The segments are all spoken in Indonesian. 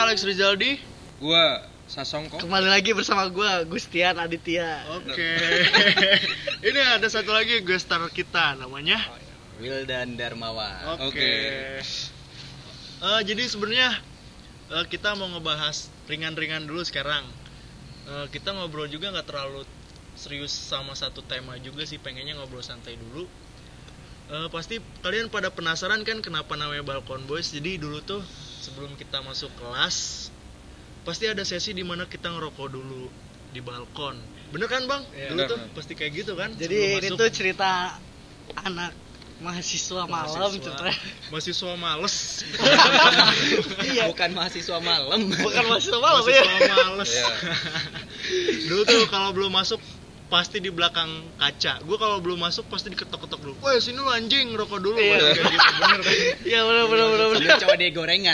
Alex Rizaldi. Gua Sasongko. Kembali lagi bersama gua Gustian Aditya. Oke. Ini ada satu lagi guest star kita, namanya Wildan Darmawan. Oke. Jadi sebenarnya kita mau ngebahas ringan-ringan dulu sekarang. Kita ngobrol juga nggak terlalu serius sama satu tema juga sih, pengennya ngobrol santai dulu. Pasti kalian pada penasaran kan kenapa namanya Balkon Boys. Jadi dulu tuh sebelum kita masuk kelas pasti ada sesi di mana kita ngerokok dulu di balkon. Bener kan bang? Iya, Dulu bener. tuh pasti kayak gitu kan. Jadi ini tuh cerita anak mahasiswa malam ceritanya. Mahasiswa males. Iya. Bukan mahasiswa malam. Bukan mahasiswa malam ya. Mahasiswa males. Iya. Dulu tuh kalau belum masuk pasti di belakang kaca. Gue kalau belum masuk pasti diketok-ketok dulu. Woi sini lu anjing, rokok dulu. Iya. Kayak gitu, bener kan? Iya benar. Sambil coba dia gorengan.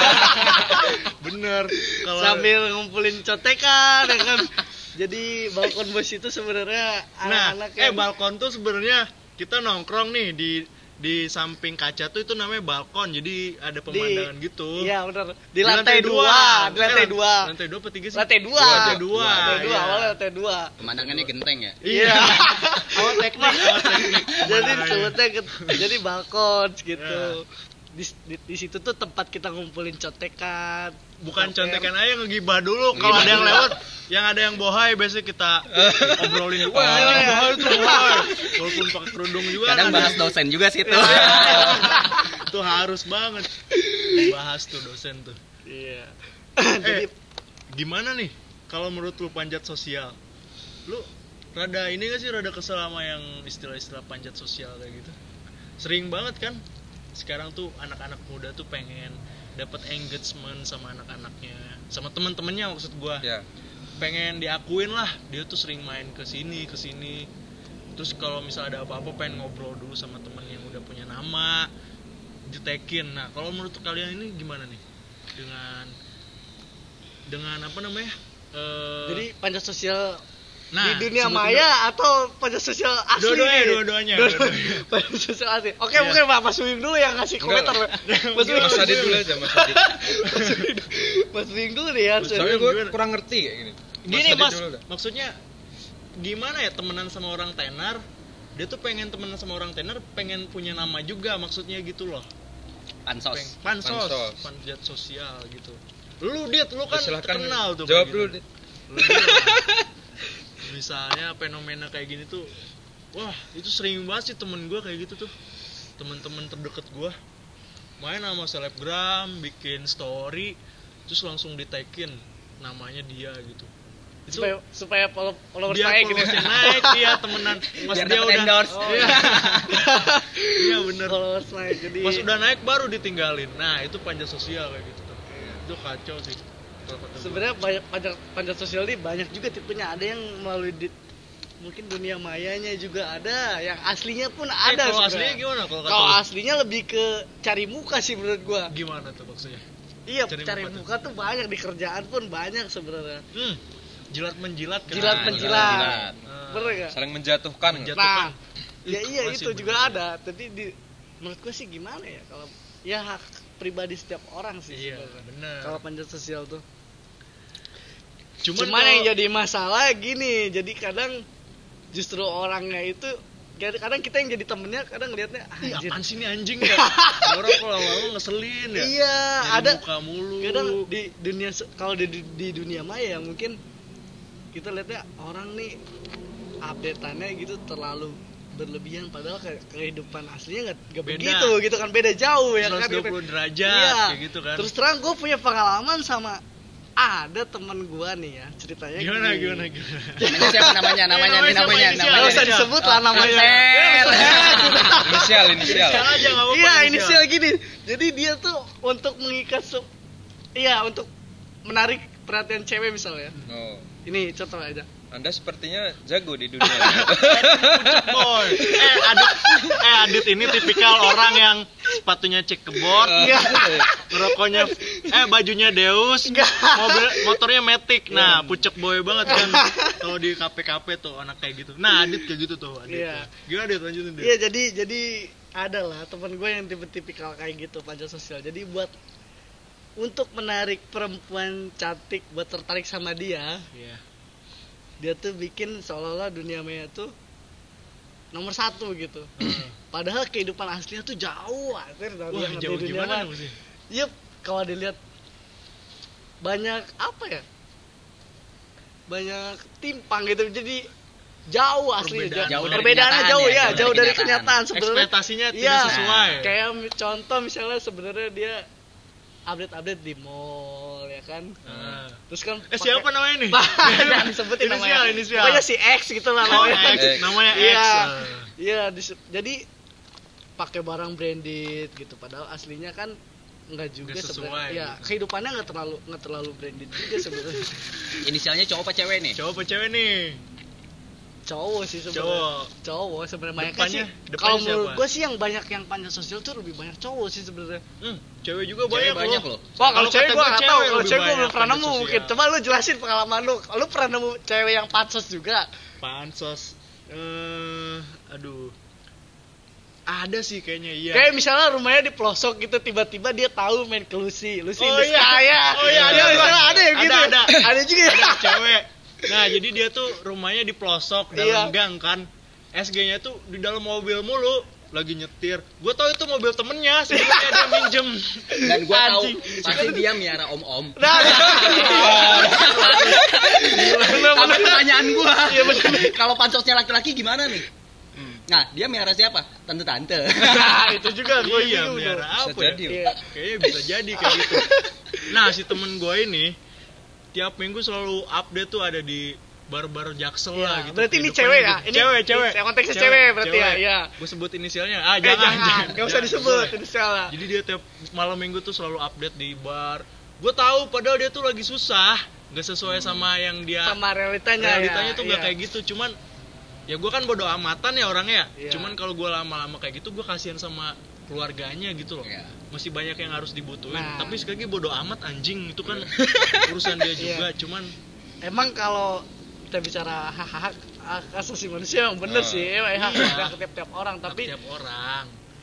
Bener. Kalau Sambil ngumpulin cotekan ya kan. Jadi Balkon Boys itu sebenarnya anak-anak yang balkon tuh sebenarnya kita nongkrong nih di samping kaca tuh, itu namanya balkon. Jadi ada pemandangan gitu. Iya benar. Di lantai 2, di lantai 2. Lantai 2 apa 3 sih? Lantai 2. Lantai 2. Lantai 2, Iya. awalnya lantai 2. Pemandangannya genteng ya. Iya. Awal teknik. Jadi sebutnya jadi balkon gitu. Iya. Di situ tuh tempat kita ngumpulin cotekan. Bukan contekan aja, ngegibah dulu. Kalau ada yang lewat, yang ada yang bohai biasanya kita obrolin. Wah, yang bohai itu bohai. Walaupun pakai kerudung juga. Kadang ada. bahas dosen juga sih tuh. Itu harus banget bahas tuh dosen tuh. Iya. Jadi gimana nih kalau menurut lu panjat sosial? Lu rada ini gak sih, rada kesel sama yang istilah-istilah panjat sosial kayak gitu? Sering banget kan sekarang tuh anak-anak muda tuh pengen dapat engagement sama anak-anaknya, sama teman-temannya maksud gua. Ya. Pengen diakuin lah, dia tuh sering main ke sini. Terus kalau misalnya ada apa-apa pengen ngobrol dulu sama temen yang udah punya nama, ditekin. Nah, kalau menurut kalian ini gimana nih? Dengan apa namanya? Jadi panjat sosial Nah, di dunia sebutin maya atau panjat sosial asli? Dua-duanya. Panjat sosial asli. Oke, Iya. mungkin Mas Wim dulu yang ngasih komentar. Mas Wim. Mas Adit dulu aja, Mas Adit. Mas Wim dulu nih ya. Soalnya gue kurang ngerti kayak gini. Gini Adit mas, dulu dah. maksudnya gimana ya, temenan sama orang tenar, dia tuh pengen temenan sama orang tenar, pengen punya nama juga, maksudnya gitu loh. Pansos. Pansos, Pansos. panjat sosial gitu. Lu Dit, lu kan Silahkan terkenal tuh. jawab kayak dulu, gitu. Dit. Lu dulu. Misalnya fenomena kayak gini tuh, wah itu sering banget sih temen gue kayak gitu tuh. Temen-temen terdekat gue main sama selebgram, bikin story, terus langsung ditekin namanya dia gitu. Itu supaya followers biar naik gitu. followersnya naik, iya temenan. Pas Biar dia dapet udah endorse. Iya. Iya bener. Followers naik. Jadi Pas udah naik baru ditinggalin. Nah itu panjat sosial kayak gitu tuh. Itu kacau sih. kalau kata gua. sebenarnya banyak panjat sosial ini banyak juga tipenya. Ada yang melalui mungkin dunia mayanya juga ada, yang aslinya pun ada. Kalau sebenarnya. aslinya gimana? Kalau aslinya lebih ke cari muka sih menurut gua. Gimana tuh maksudnya? Iya, Cari cari muka muka tuh banyak, di kerjaan pun banyak sebenarnya. Jilat menjilat kan? Jilat menjilat. jilat. Bener gak? Saling menjatuhkan. Menjatuhkan. Nah, ya iya Masih itu bener. juga ada. Tapi menurut gua sih gimana ya, kalau ya hak pribadi setiap orang sih Iya, sebenarnya. benar. Kalau panjat sosial tuh. Cuman Cuman yang kalau- jadi masalah gini, jadi kadang justru orangnya itu kadang kita yang jadi temennya kadang ngeliatnya Ih, anjir. apaan sih ini anjing ya? Orang kalau lama ngeselin ya. Iya, Nyari ada muka mulu. kadang di dunia kalau di dunia maya mungkin kita lihatnya orang nih update-annya gitu terlalu berlebihan, padahal kehidupan aslinya nggak Beda. begitu gitu kan, beda jauh ya kan. 120 derajat Iya. kayak gitu kan. Terus terang gue punya pengalaman sama ada temen gue nih ya, ceritanya Gimana? gini. Namanya siapa namanya? Namanya nih namanya. Nggak usah disebut lah namanya. Inisial. Inisial aja nggak apa-apa. Iya, inisial gini. Jadi dia tuh untuk mengikat untuk menarik perhatian cewek misalnya. Oh. Ini contoh aja. Anda sepertinya jago di dunia. Boy. Adit ini tipikal orang yang sepatunya checkerboard, Enggak. ngerokoknya bajunya Deus, motornya Matic. Nah, pucek boy banget kan kalau di KP tuh anak kayak gitu. Nah, Adit kayak gitu tuh, Adit. Iya. Gimana Adit, lanjutin Adit. Iya, jadi ada lah teman gue yang tipikal kayak gitu panjat sosial. Jadi buat untuk menarik perempuan cantik buat tertarik sama dia, Iya. dia tuh bikin seolah-olah dunia maya tuh nomor 1 gitu. Padahal kehidupan aslinya tuh jauh anjir dari Wah, yang jauh di dunia gimana maya. dong sih? Iya, kalau dilihat banyak apa ya? Banyak timpang gitu. Jadi jauh asli, Perbedaan. Jauh dari perbedaannya kenyataan jauh ya, ya, jauh dari kenyataan. kenyataan sebenarnya. Ekspektasinya Iya, tidak sesuai. Kayak contoh misalnya sebenarnya dia update di mall ya kan. Terus kan Siapa namanya nih? Jangan disebutin namanya. Inisial. Pokoknya si X gitu lah Oh, namanya. X. Namanya X. Iya. Iya, jadi pakai barang branded gitu padahal aslinya kan enggak juga Nggak sesuai sebenarnya. Ya, gitu. kehidupannya enggak terlalu branded juga sebenarnya. Inisialnya cowok apa cewek nih? Cowok apa cewek nih? Cowok sih sebenarnya. Cowok. Sebenarnya banyak Depannya- sih. depannya Kalau menurut siapa? gue sih yang banyak yang panjat sosial tuh lebih banyak cowok sih sebenarnya. Cewek juga Cewek banyak, banyak loh. Wah, kalau cewek kata gua gua enggak tahu. Kalau lebih cewek gua banyak belum pernah panjat nemu sosial. mungkin. Coba lu jelasin pengalaman lu. Lu pernah nemu cewek yang pansos juga? Pansos. Aduh. Ada sih kayaknya iya. Kayak misalnya rumahnya di pelosok gitu, tiba-tiba dia tahu main ke Lucy Oh, Indes iya. kaya. Oh, iya, ada, misalnya Bang. ada ya gitu. Ada. Ada juga ya. Ada cewek. Nah, jadi dia tuh rumahnya di pelosok Iya. dalam gang kan. SG-nya tuh di dalam mobil mulu lagi nyetir. Gue tau itu mobil temennya, sebenarnya dia minjem. Dan gua tahu Anjing. pasti dia miara om-om. Nah, Tapi pertanyaan gua, Iya, bener. kalau pansosnya laki-laki gimana nih? Nah, dia miara siapa? Tante-tante. Nah, itu juga gue Iya, bingung melihara tuh. apa Bisa ya? jadi. Iya. Kayaknya bisa jadi kayak gitu. Nah, si temen gue ini tiap minggu selalu update tuh ada di bar-bar Jaksel Iya, lah gitu. berarti ini Kehidupannya cewek ya? gitu. Ini- Cewek. ini konteksnya cewek berarti ya? Iya. Gue sebut inisialnya. Jangan, Jangan. nggak usah disebut inisialnya. Jadi dia tiap malam minggu tuh selalu update di bar. Gue tahu padahal dia tuh lagi susah, nggak sesuai sama yang dia Sama realitanya tuh nggak iya. kayak gitu. Cuman ya gue kan bodo amatan ya orangnya. Iya. Cuman kalau gue lama-lama kayak gitu gue kasihan sama keluarganya gitu loh. Iya. Masih banyak yang harus dibutuhin. Nah. Tapi sekali lagi bodo amat anjing itu kan urusan dia juga. Cuman Emang kalau kita bicara hak asasi manusia yang bener sih, emang hak Iya. tiap-tiap orang. Tapi tiap orang.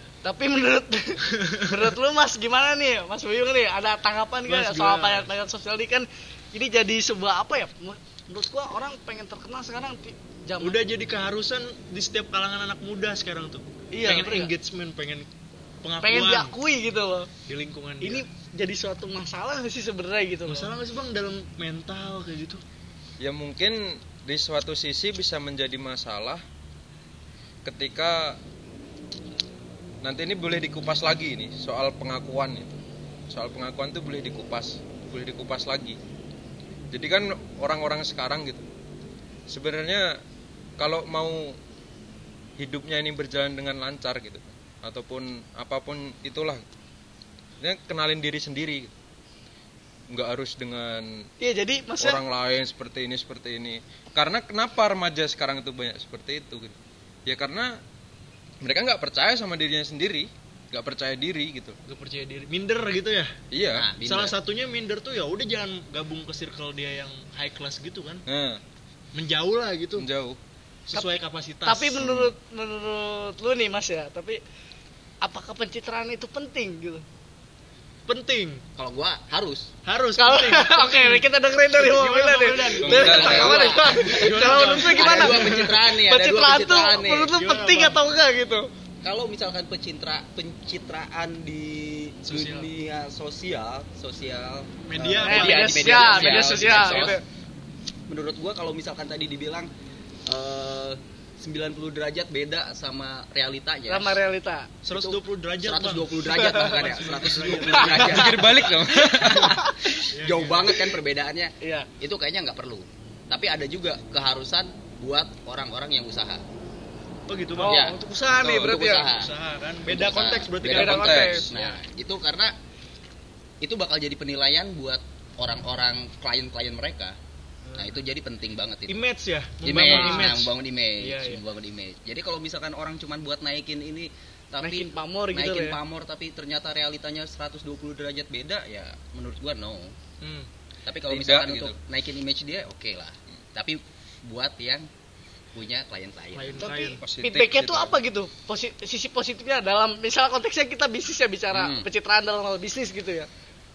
menurut lu Mas gimana nih, Mas Buyung nih, ada tanggapan Mas, nggak soal gimana? panjat sosial ini kan ini jadi sebuah apa ya? Menurut gua orang pengen terkenal sekarang zaman Udah jadi keharusan di setiap kalangan anak muda sekarang tuh. Iya, pengen bener. engagement, pengen pengakuan pengen diakui gitu loh. di lingkungan Ini dia. jadi suatu masalah nggak sih sebenarnya gitu loh. Masalah nggak sih bang dalam mental kayak gitu? Ya mungkin di suatu sisi bisa menjadi masalah ketika nanti ini boleh dikupas lagi nih soal pengakuan itu. Soal pengakuan tuh boleh dikupas lagi. Jadi kan orang-orang sekarang gitu. Sebenarnya kalau mau hidupnya ini berjalan dengan lancar gitu ataupun apapun itulah, dia kenalin diri sendiri gitu. Nggak harus dengan Iya, jadi maksudnya orang lain seperti ini. Karena kenapa remaja sekarang itu banyak seperti itu gitu? Ya karena mereka nggak percaya sama dirinya sendiri, nggak percaya diri gitu. Gak percaya diri, minder gitu ya? Iya. Nah, minder. Salah satunya minder tuh ya udah jangan gabung ke circle dia yang high class gitu kan? Nah, Menjauh lah gitu, menjauh. sesuai kapasitas. tapi menurut lu nih Mas ya, tapi apakah pencitraan itu penting gitu? penting, Kalau gua harus. harus Kalau penting. oke, kita dengerin dari Bang Gimana, Wildan nih. Bang Wildan? Dari Gimana, tanggapan Bang? gimana? Kalau menurut lu gimana? Ada dua pencitraan nih, ada dua Pencitraan tuh pencitraan nih. menurut lu Gimana, penting Bang? atau enggak gitu? Kalau misalkan pencitraan di Sosial. dunia sosial Media, Media di sosial, medsos. gitu. Menurut gua kalau misalkan tadi dibilang 90 derajat beda sama realitanya. Sama realita. 120 derajat 120 derajat bahkan ya, 120 derajat. Pikir balik dong. Jauh banget kan perbedaannya. Iya. Itu kayaknya nggak perlu. Tapi ada juga keharusan buat orang-orang yang usaha. Oh gitu bang? Oh, Ya. untuk usaha nih Untuk berarti ya. usaha. Usaha kan, beda Usaha. konteks berarti Beda kan? Beda konteks. Nah, itu karena itu bakal jadi penilaian buat orang-orang klien-klien mereka. Nah, itu jadi penting banget itu. Image ya, Image, membangun nah, image. membangun image, Iya, iya. membangun image. Jadi kalau misalkan orang cuman buat naikin ini tapi Naikin pamor gitu naikin ya. pamor tapi ternyata realitanya 120 derajat beda, ya menurut gua no. Hmm. Tapi kalau Tidak, misalkan gitu. untuk naikin image dia oke lah. Tapi buat yang punya klien-klien. Klien. Tapi Positif feedbacknya gitu. tuh apa gitu? Sisi positifnya dalam misalnya konteksnya kita bisnis ya bicara Hmm. pencitraan dalam hal bisnis gitu ya.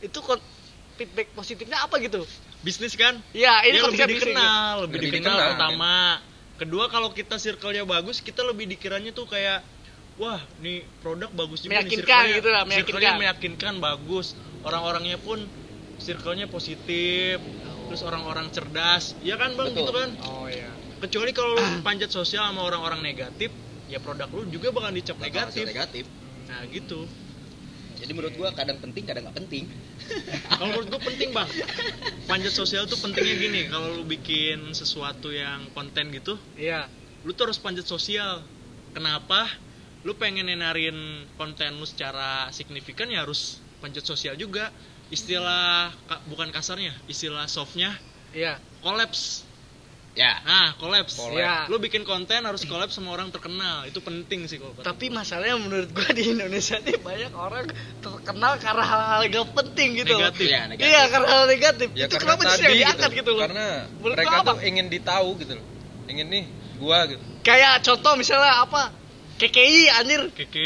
itu feedback positifnya apa gitu? Bisnis kan? Ya, ini Dia lebih konteksnya bisnis. dikenal, lebih Lebih dikenal dikenal, pertama. Kedua, kalau kita circle-nya bagus, kita lebih dikiranya tuh kayak wah, nih produk bagus juga nih, Meyakinkan circle-nya. gitu lah, Circle-nya meyakinkan, bagus. Orang-orangnya pun circle-nya positif. Terus orang-orang cerdas. Ya kan, Bang, Betul. gitu kan? Oh iya. Kecuali kalau lu panjat sosial sama orang-orang negatif, ya produk lu juga bakal dicap Bakal hasil negatif. negatif. Nah, gitu. Jadi menurut gua kadang penting kadang nggak penting. Kalau menurut gue penting, Bang. Panjat sosial tuh pentingnya gini, kalau lu bikin sesuatu yang konten gitu, Iya. lu tuh harus panjat sosial. Kenapa? Lu pengen nenarin konten lu secara signifikan, ya harus panjat sosial juga. Istilah bukan kasarnya, istilah softnya Iya. collapse. Ya. Nah, collapse. Iya. Lu bikin konten harus collapse sama orang terkenal. Itu penting sih kalau kata Tapi gua. masalahnya menurut gua di Indonesia nih banyak orang terkenal karena hal-hal gak penting gitu. Negatif. Iya, negatif. Iya, karena hal negatif. Ya itu karena kenapa tadi sih diangkat gitu loh? Karena Menurut mereka lo apa? tuh ingin ditahu gitu loh. Ingin nih gua gitu. Kayak contoh misalnya apa? KKI anjir. Keke.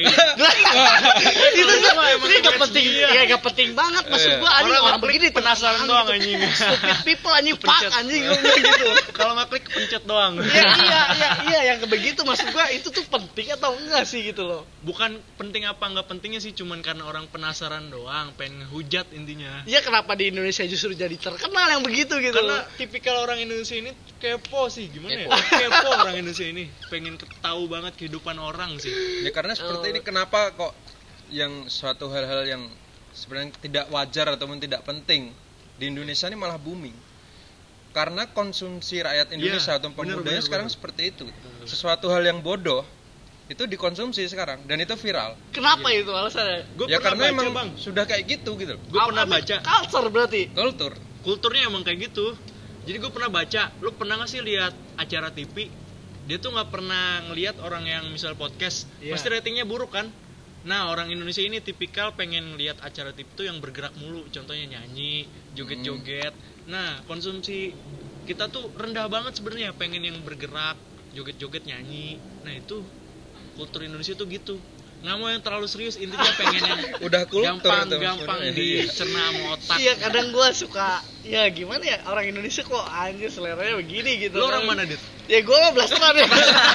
Itu tuh emang ini gak image penting. dia. Ya gak penting banget maksud Iya. gua anjing orang klik begini penasaran terkenal doang gitu. anjing. Stupid people anjing fuck Pencet. anjing gua bilang gitu. Kalau nggak klik pencet doang. Iya yang begitu maksud gua itu tuh penting atau enggak sih gitu loh. Bukan penting apa nggak pentingnya sih, cuman karena orang penasaran doang, pengen ngehujat intinya. Iya kenapa di Indonesia justru jadi terkenal yang begitu gitu Karena loh. tipikal orang Indonesia ini kepo sih, gimana ya? Kepo. Kepo orang Indonesia ini, pengen tahu banget kehidupan orang sih. Ya karena seperti ini kenapa kok yang suatu hal-hal yang sebenarnya tidak wajar ataupun tidak penting di Indonesia ini malah booming. Karena konsumsi rakyat Indonesia Iya, atau bener, pemudanya bener, sekarang bener. seperti itu. Sesuatu hal yang bodoh itu dikonsumsi sekarang dan itu viral. Kenapa itu alasannya? Gue Ya pernah karena baca, emang Bang. sudah kayak gitu gitu. Gue pernah Apa, baca culture berarti. Kultur. kulturnya emang kayak gitu. Jadi gue pernah baca, lu pernah gak sih lihat acara TV? Dia tuh nggak pernah ngelihat orang yang misal podcast, Iya. pasti ratingnya buruk kan? Nah, orang Indonesia ini tipikal pengen lihat acara TV tuh yang bergerak mulu, contohnya nyanyi, joget-joget. Nah, konsumsi kita tuh rendah banget sebenarnya, pengen yang bergerak, joget-joget, nyanyi. Nah, itu kultur Indonesia tuh gitu. Nggak mau yang terlalu serius, intinya pengen yang Udah kultur gampang itu gampang sebenarnya. dicerna sama otak. Iya kadang gua suka ya gimana ya orang Indonesia kok anjir seleranya begini gitu. Lu orang kan. mana, Dit? Ya gua mah blasteran ya.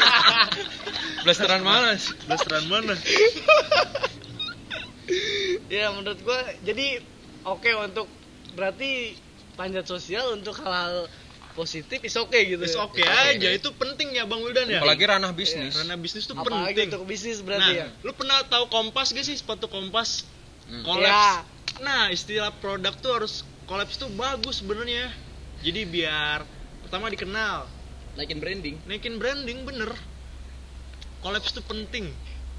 Blasteran mana sih? Blasteran mana? Ya menurut gua jadi oke untuk berarti panjat sosial untuk hal-hal positif is oke gitu. Is ya. oke aja, itu penting ya Bang Wildan ya. Apalagi ranah bisnis. Karena bisnis tuh Apalagi penting. untuk bisnis Nah, berarti ya. lu pernah tahu Kompas gak sih, sepatu Kompas? Hmm. Collapse. Ya. Nah, istilah produk tuh harus collapse tuh bagus sebenarnya. Jadi biar pertama dikenal, Naikin branding. naikin branding bener. Collapse tuh penting.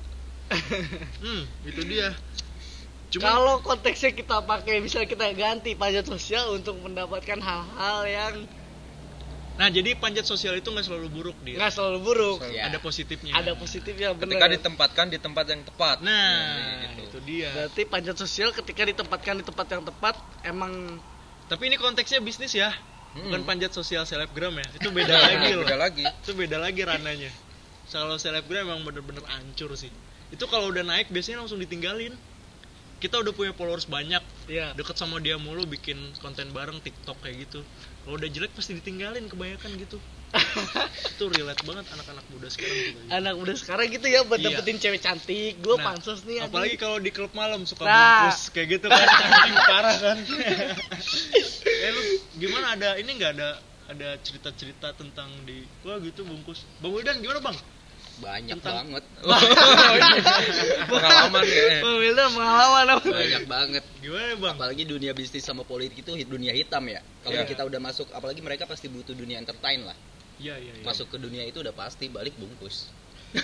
Itu dia. Cuma Kalau konteksnya kita pakai misalnya kita ganti panjat sosial untuk mendapatkan hal-hal yang nah, jadi panjat sosial itu nggak selalu buruk dia. nggak selalu buruk. Ya. Ada positifnya. Ada positifnya bener. Ketika ditempatkan di tempat yang tepat. Nah, gitu. itu dia. Berarti panjat sosial ketika ditempatkan di tempat yang tepat emang Tapi ini konteksnya bisnis ya. Bukan panjat sosial selebgram ya. Itu beda Beda lagi loh. beda lagi. Itu beda lagi rananya. Kalau selebgram emang bener-bener hancur sih. Itu kalau udah naik biasanya langsung ditinggalin. Kita udah punya followers banyak, ya deket sama dia mulu, bikin konten bareng TikTok kayak gitu. Kalau udah jelek pasti ditinggalin kebanyakan gitu. Itu relate banget anak-anak muda sekarang tuh. anak muda sekarang gitu ya buat Iya. dapetin cewek cantik. Gue Nah, pansos nih anjing. apalagi kalau di klub malam suka Nah. bungkus kayak gitu kan, anjing parah kan. Lu gimana, ada ini nggak ada cerita-cerita tentang di wah gitu bungkus? Bang Wildan gimana Bang? Banyak Tentang- banget. Pengalaman ya. Bang Wildan pengalaman apa? Banyak banget. Gimana Bang? Apalagi dunia bisnis sama politik itu dunia hitam ya. Kalau Iya. kita udah masuk, apalagi mereka pasti butuh dunia entertain lah. Iya iya. iya. Masuk ke dunia itu udah pasti balik bungkus.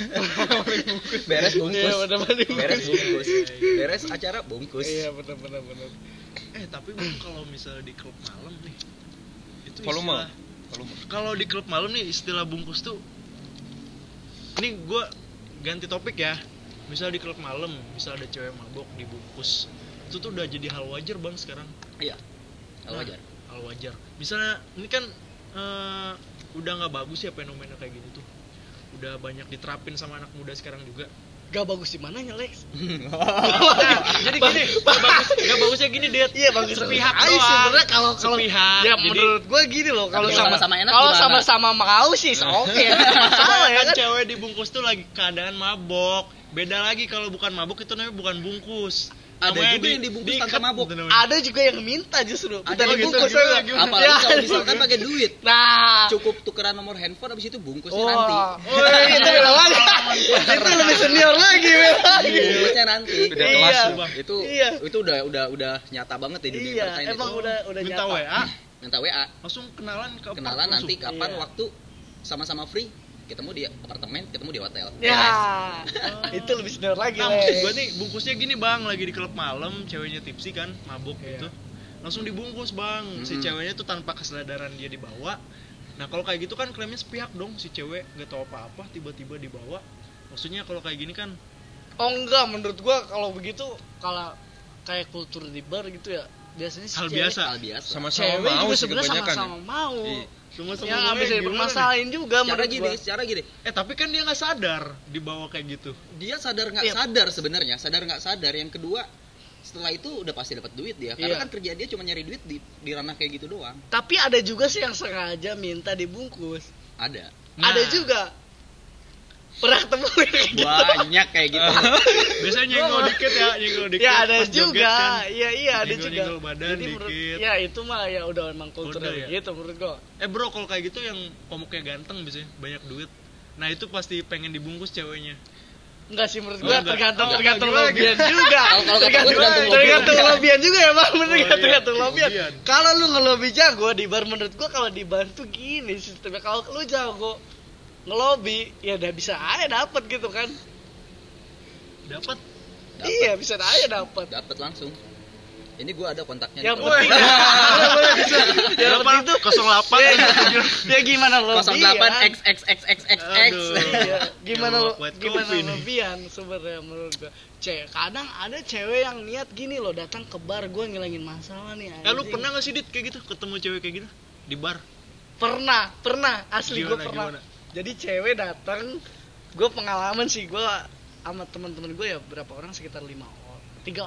Beres bungkus. Iya, bener-bener. Beres bungkus. Beres acara bungkus. Iya benar-benar. Tapi Bang kalau misalnya di klub malam nih, itu Volume. kalau di klub malam nih istilah bungkus tuh, ini gue ganti topik ya. Misal di klub malam, misal ada cewek mabok dibungkus, itu tuh udah jadi hal wajar Bang sekarang. Iya. Hal Nah, wajar. hal wajar. Misalnya ini kan udah nggak bagus ya fenomena kayak gini tuh. Udah banyak diterapin sama anak muda sekarang juga. Gak bagus di mananya Lex? Jadi gini, nggak bagusnya bungkusnya gini, Det. Iya bagus sepihak sekali doang. sebenarnya kalau Sepihak. ya Jadi- menurut gue gini loh kalau Tapi sama-sama enak kalau gimana? sama-sama mau sih oke masalah ya kan kan. cewek dibungkus tuh lagi keadaan mabok. Beda lagi kalau bukan mabok itu namanya bukan bungkus. Ada Namanya juga yang dibungkus tanpa diikat mabok. gitu namanya. Ada juga yang minta justru Ada minta yang dibungkus gitu, ya. gimana? Apalagi Ya, kalau misalkan pakai duit, nah cukup tukeran nomor handphone habis itu bungkusnya wah. nanti. Oh, itu beda lagi. Itu lebih senior lagi, beda lagi. Bungkusnya nanti. Beda Iya. kelas lu. Bang. Iya. Itu udah nyata banget ya di dunia Iya, entertain emang itu. udah Minta nyata. WA, Minta WA, langsung kenalan ke kenalan nanti langsung. kapan Iya. waktu sama-sama free, ketemu di apartemen, ketemu di hotel. Ya, Beres. itu lebih senior lagi, Nah, maksud Le. gue nih bungkusnya gini bang, lagi di klub malam, ceweknya tipsi kan, mabuk Iya. gitu, langsung dibungkus bang, si Mm-mm. ceweknya tuh tanpa kesadaran dia dibawa. Nah kalau kayak gitu kan klaimnya sepihak dong, si cewek nggak tahu apa-apa tiba-tiba dibawa. Maksudnya kalau kayak gini kan, Oh enggak, menurut gua kalau begitu kalau kayak kultur di bar gitu ya, biasanya si hal cewek- biasa. Hal biasa. Sama-sama Cewek mau juga sih sebenarnya kebanyakan. sama-sama mau. Iya. Semua-semua Yang nggak bisa gimana nih? dipermasalahin juga Cara menurut gini, gua. secara gini. Tapi kan dia nggak sadar dibawa kayak gitu. Dia sadar nggak Iya. sadar sebenarnya, sadar nggak sadar. Yang kedua, setelah itu udah pasti dapat duit dia. Karena Iya. kan kerja dia cuma nyari duit di ranah kayak gitu doang. Tapi ada juga sih yang sengaja minta dibungkus. Ada. Nah. Ada juga. Pernah ketemu yang kayak gitu. Banyak kayak gitu. Biasanya nyenggol dikit ya, nyenggol dikit. Ya ada pas joget juga, kan. iya ada juga. Nyenggol-nyenggol badan menurut, dikit. ya itu mah ya udah emang kulturnya Udah ya. gitu menurut gua. Bro, kalau kayak gitu yang komuknya ganteng biasanya banyak duit. Nah itu pasti pengen dibungkus ceweknya. Enggak sih menurut Oh, gua enggak. tergantung Oh, tergantung gimana, lobian juga. Kalau kata gua tergantung Tergantung lobian. lobian juga ya bang, bener Oh, nggak? iya. Tergantung lobian. Lobian. Kalau lu ngelobi jago di bar, menurut gua kalau di bar tuh gini sistemnya. Kalau lu jago ngelobi, ya udah bisa aja dapet gitu kan. Dapat. Iya bisa aja dapet. Dapat langsung. Ini gua ada kontaknya. Ya nih, boleh, boleh bisa. Ya Berapa? itu 08 ya, ya gimana lo? 08 XXXXX. Aduh. Iya, gimana lo? White Gimana coffee nih. lebihan sebenarnya menurut gua. Kadang ada cewek yang niat gini loh, datang ke bar gua ngilangin masalah nih. Lu anjing. pernah gak sih Dit kayak gitu ketemu cewek kayak gitu di bar? Pernah, asli gua Gimana, pernah. gimana? Jadi cewek datang, gua pengalaman sih gua sama teman-teman gue ya berapa orang, sekitar 5 orang.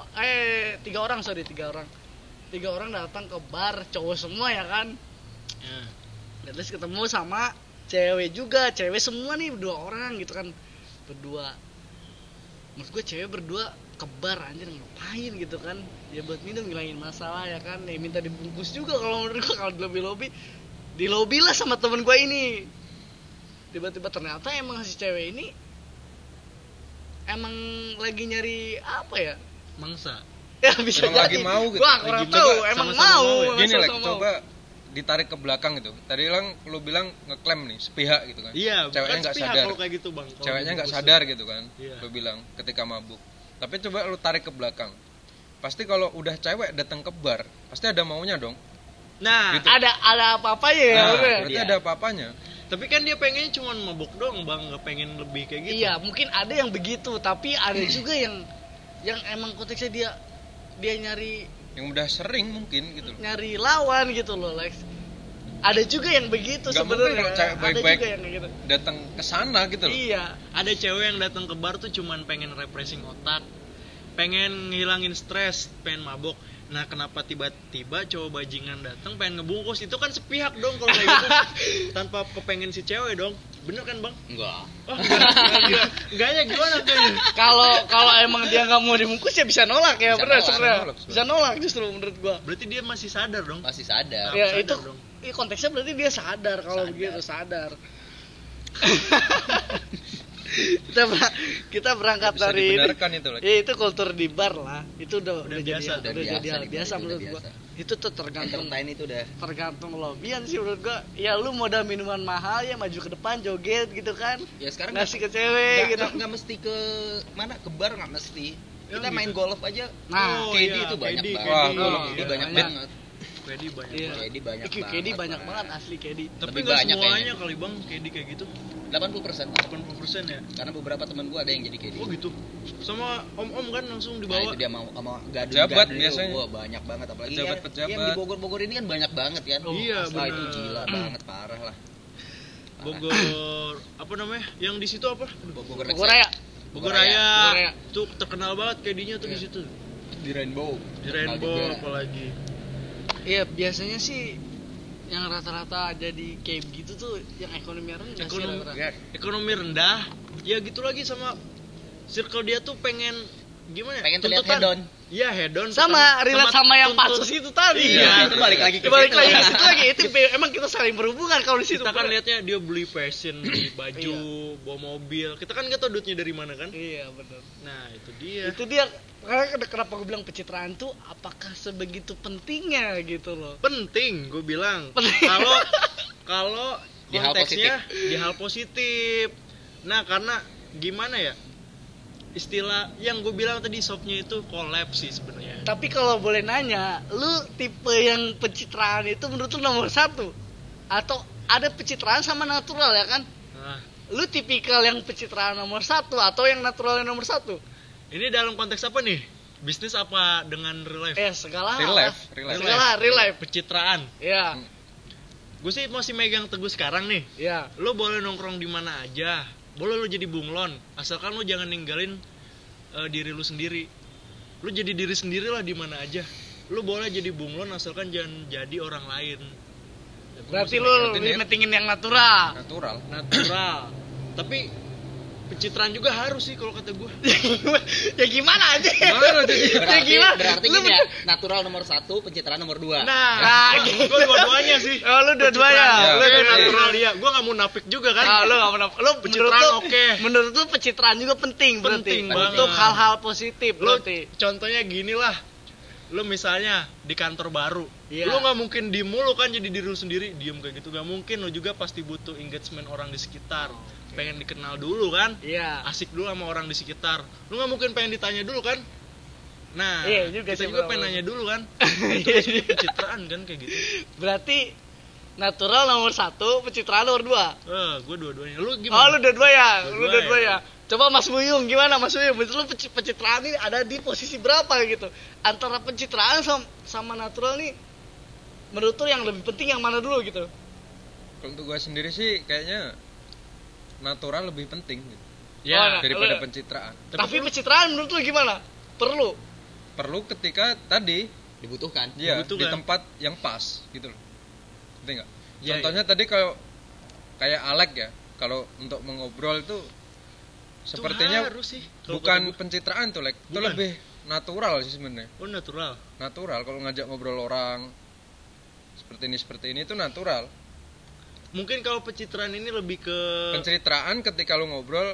3 orang, sorry 3 orang. 3 orang datang ke bar, cowok semua ya kan. Ya. Dan terus ketemu sama cewek juga, cewek semua nih 2 orang gitu kan, berdua. Menurut gue cewek berdua ke bar anjir ngapain gitu kan, ya buat minum ngilangin masalah ya kan, ya minta dibungkus juga kalau menurut gue. Kalau di lobi lah sama temen gue ini. Tiba-tiba ternyata emang si cewek ini emang lagi nyari apa ya, Mangsa. ya bisa Emang jadi lagi mau gitu. gua kurang Lagi tahu, coba emang sama-sama mau mau ya. emang Gini lah, sama-sama mau. coba ditarik ke belakang gitu. Tadi lu bilang ngeklaim nih sepihak gitu kan. Iya, Ceweknya bukan nggak sepihak sadar. kalau kayak gitu, Bang. Kalau Ceweknya nggak dibungkus. sadar gitu kan. Iya. Lu bilang ketika mabuk. Tapi coba lu tarik ke belakang. Pasti kalau udah cewek datang ke bar, pasti ada maunya dong. Nah, Gitu. ada apa-apa ya, Nah, udah. berarti Iya. ada apa-apanya. tapi kan dia pengennya cuma mabuk doang, Bang, nggak pengen lebih kayak gitu. Iya, mungkin ada yang begitu, tapi ada juga yang emang konteksnya dia nyari Yang udah sering mungkin gitu loh. nyari lawan gitu loh, Lex. Ada juga yang begitu Nggak sebenarnya. mungkin kalau cewek Ada baik-baik juga yang kayak gitu. Datang ke sana gitu loh. Iya. Ada cewek yang datang ke bar tuh cuman pengen refreshing otak, pengen ngilangin stres, pengen mabok. Nah, kenapa tiba-tiba cowok bajingan datang pengen ngebungkus? Itu kan sepihak dong kalau kayak gitu. Tanpa kepengen si cewek dong. Bener kan, Bang? Enggak. Oh, enggaknya gimana kayaknya? Kalau emang dia nggak mau dibungkus ya bisa nolak ya, Bisa benar nolak, sebenarnya. nolak. Bisa nolak justru menurut gua. Berarti dia masih sadar dong. Masih sadar. Ya sadar itu dong. konteksnya berarti dia sadar kalau Sadar. begitu, sadar. kita berangkat Bisa dari dibenarkan itu lagi. ya itu kultur di bar lah, itu udah Udah jadi biasa, udah udah jadi biasa hal di biasa bar, menurut udah gua. biasa. Itu tuh tergantung Entertain itu udah. lobian sih menurut gua. Ya lu modal minuman mahal ya maju ke depan joget gitu kan, Ya sekarang ngasih ke cewek gitu. nggak mesti ke mana, ke bar nggak mesti. Ya, Kita gitu. main golf aja. Nah, Oh, KD iya, itu banyak KD, banget. Wah, KD, golf KD iya. banyak banyak. banget. Kedi banyak Iya. banget. KD banyak Ih, banget. KD banyak Pak. banget asli KD. Tapi Lebih nggak banyak semuanya kayaknya. kali, Bang, Kedi kayak gitu. 80%. 80% ya. Karena beberapa temen gua ada yang jadi KD. Oh gitu. Sama om-om kan langsung Nah dibawa. itu dia mau sama gadu Pejabat gadu biasanya. Wah banyak banget apalagi Pejabat-pejabat. yang di Bogor ini kan banyak banget kan. Oh, iya, Wah, itu benar. gila banget, parah lah. Parah. Bogor apa namanya? Yang di situ apa? Bogor Bogor Raya. Bogor Raya. Raya. Bogor Raya. Tuh terkenal banget kedinya tuh di Iya. situ. Di Rainbow. Di Rainbow apalagi. Iya, biasanya sih yang rata-rata jadi kayak gitu tuh yang ekonomi rendah sih rata-rata. Ekonomi rendah, ya gitu lagi sama circle dia tuh pengen gimana ya? Pengen terlihat Tuntutan. hedon. Iya, hedon. Sama relate sama yang tuntut- pansus itu tadi. Iya, itu balik lagi ke Balik situ. lagi ke situ lagi. Itu emang kita saling berhubungan kalau di situ. Kita kan bener. lihatnya dia beli fashion, beli baju, bawa mobil. Kita kan nggak tahu duitnya dari mana kan? Iya, benar. Nah, itu dia. Itu dia, makanya kenapa gue bilang pencitraan tuh apakah sebegitu pentingnya gitu loh. Penting, gue bilang. Penting. Kalau Di hal konteksnya di hal positif. Nah, karena gimana ya? Istilah yang gue bilang tadi shopnya itu collab sih sebenarnya. Tapi kalau boleh nanya, lu tipe yang pencitraan itu menurut lu nomor 1? Atau ada pencitraan sama natural ya kan? Nah, Lu tipikal yang pencitraan nomor 1 atau yang natural yang nomor 1? ini dalam konteks apa nih? Bisnis apa dengan real life? Segala Real hal lah. life, real life. Segala real life. Pencitraan. Iya, Gue sih masih megang teguh sekarang nih. iya. Lo boleh nongkrong di mana aja, boleh lo jadi bunglon, asalkan lo jangan ninggalin diri lo sendiri. Lo jadi diri sendiri lah di mana aja. Lo boleh jadi bunglon asalkan jangan jadi orang lain. Ya, gua Berarti masih lu megang lebih mentingin yang natural. Natural. natural. Tapi pencitraan juga harus sih kalau kata gue. Ya gimana aja? Gimana jadi? Berarti Lu gini ya, natural nomor 1, pencitraan nomor 2. Nah, gue dua-duanya sih. Oh, lu dua-duanya. Pencitraan, Lu gue dua-duanya. natural dia. Gue nggak mau napik juga kan. Lu enggak pernah. Lu Pencitraan oke. Menurut lu pencitraan juga penting berarti. Penting banget. Untuk hal-hal positif Lo berarti. contohnya gini lah, lo misalnya di kantor baru, Iya. lo nggak mungkin diem mulu kan jadi diri lo sendiri, diem kayak gitu nggak mungkin. Lo juga pasti butuh engagement orang di sekitar, pengen dikenal dulu kan, Iya. asik dulu sama orang di sekitar. Lo nggak mungkin pengen ditanya dulu kan. Nah, Iya, juga kita sih, juga bener. pengen nanya dulu kan. Itu maksudnya pencitraan kan kayak gitu. Berarti natural nomor 1, pencitraan nomor 2. Gue dua-duanya. Lu Oh, gimana? lu dua-dua ya. Lu Dua-dua dua-dua ya. ya. Coba Mas Buyung gimana Mas Buyung? Menurut lu pencitraan ini ada di posisi berapa gitu? Antara pencitraan sama natural nih, menurut lu yang lebih penting yang mana dulu gitu? Kalau untuk gue sendiri sih kayaknya natural lebih penting gitu, Oh, daripada lu- pencitraan. Tapi pencitraan menurut lu gimana? Perlu. Perlu ketika tadi Dibutuhkan. ya Dibutuhkan. di tempat yang pas gitu loh. Ngerti nggak? Ya, Contohnya tadi kalau kayak Alek ya, kalau untuk mengobrol itu sepertinya harus sih. Kalau bukan kata gua. pencitraan tuh, Lek. Itu Bukan. lebih natural sih sebenarnya. Oh, natural. Natural kalau ngajak ngobrol orang seperti ini itu natural. Mungkin kalau pencitraan ini lebih ke Pencitraan ketika lu ngobrol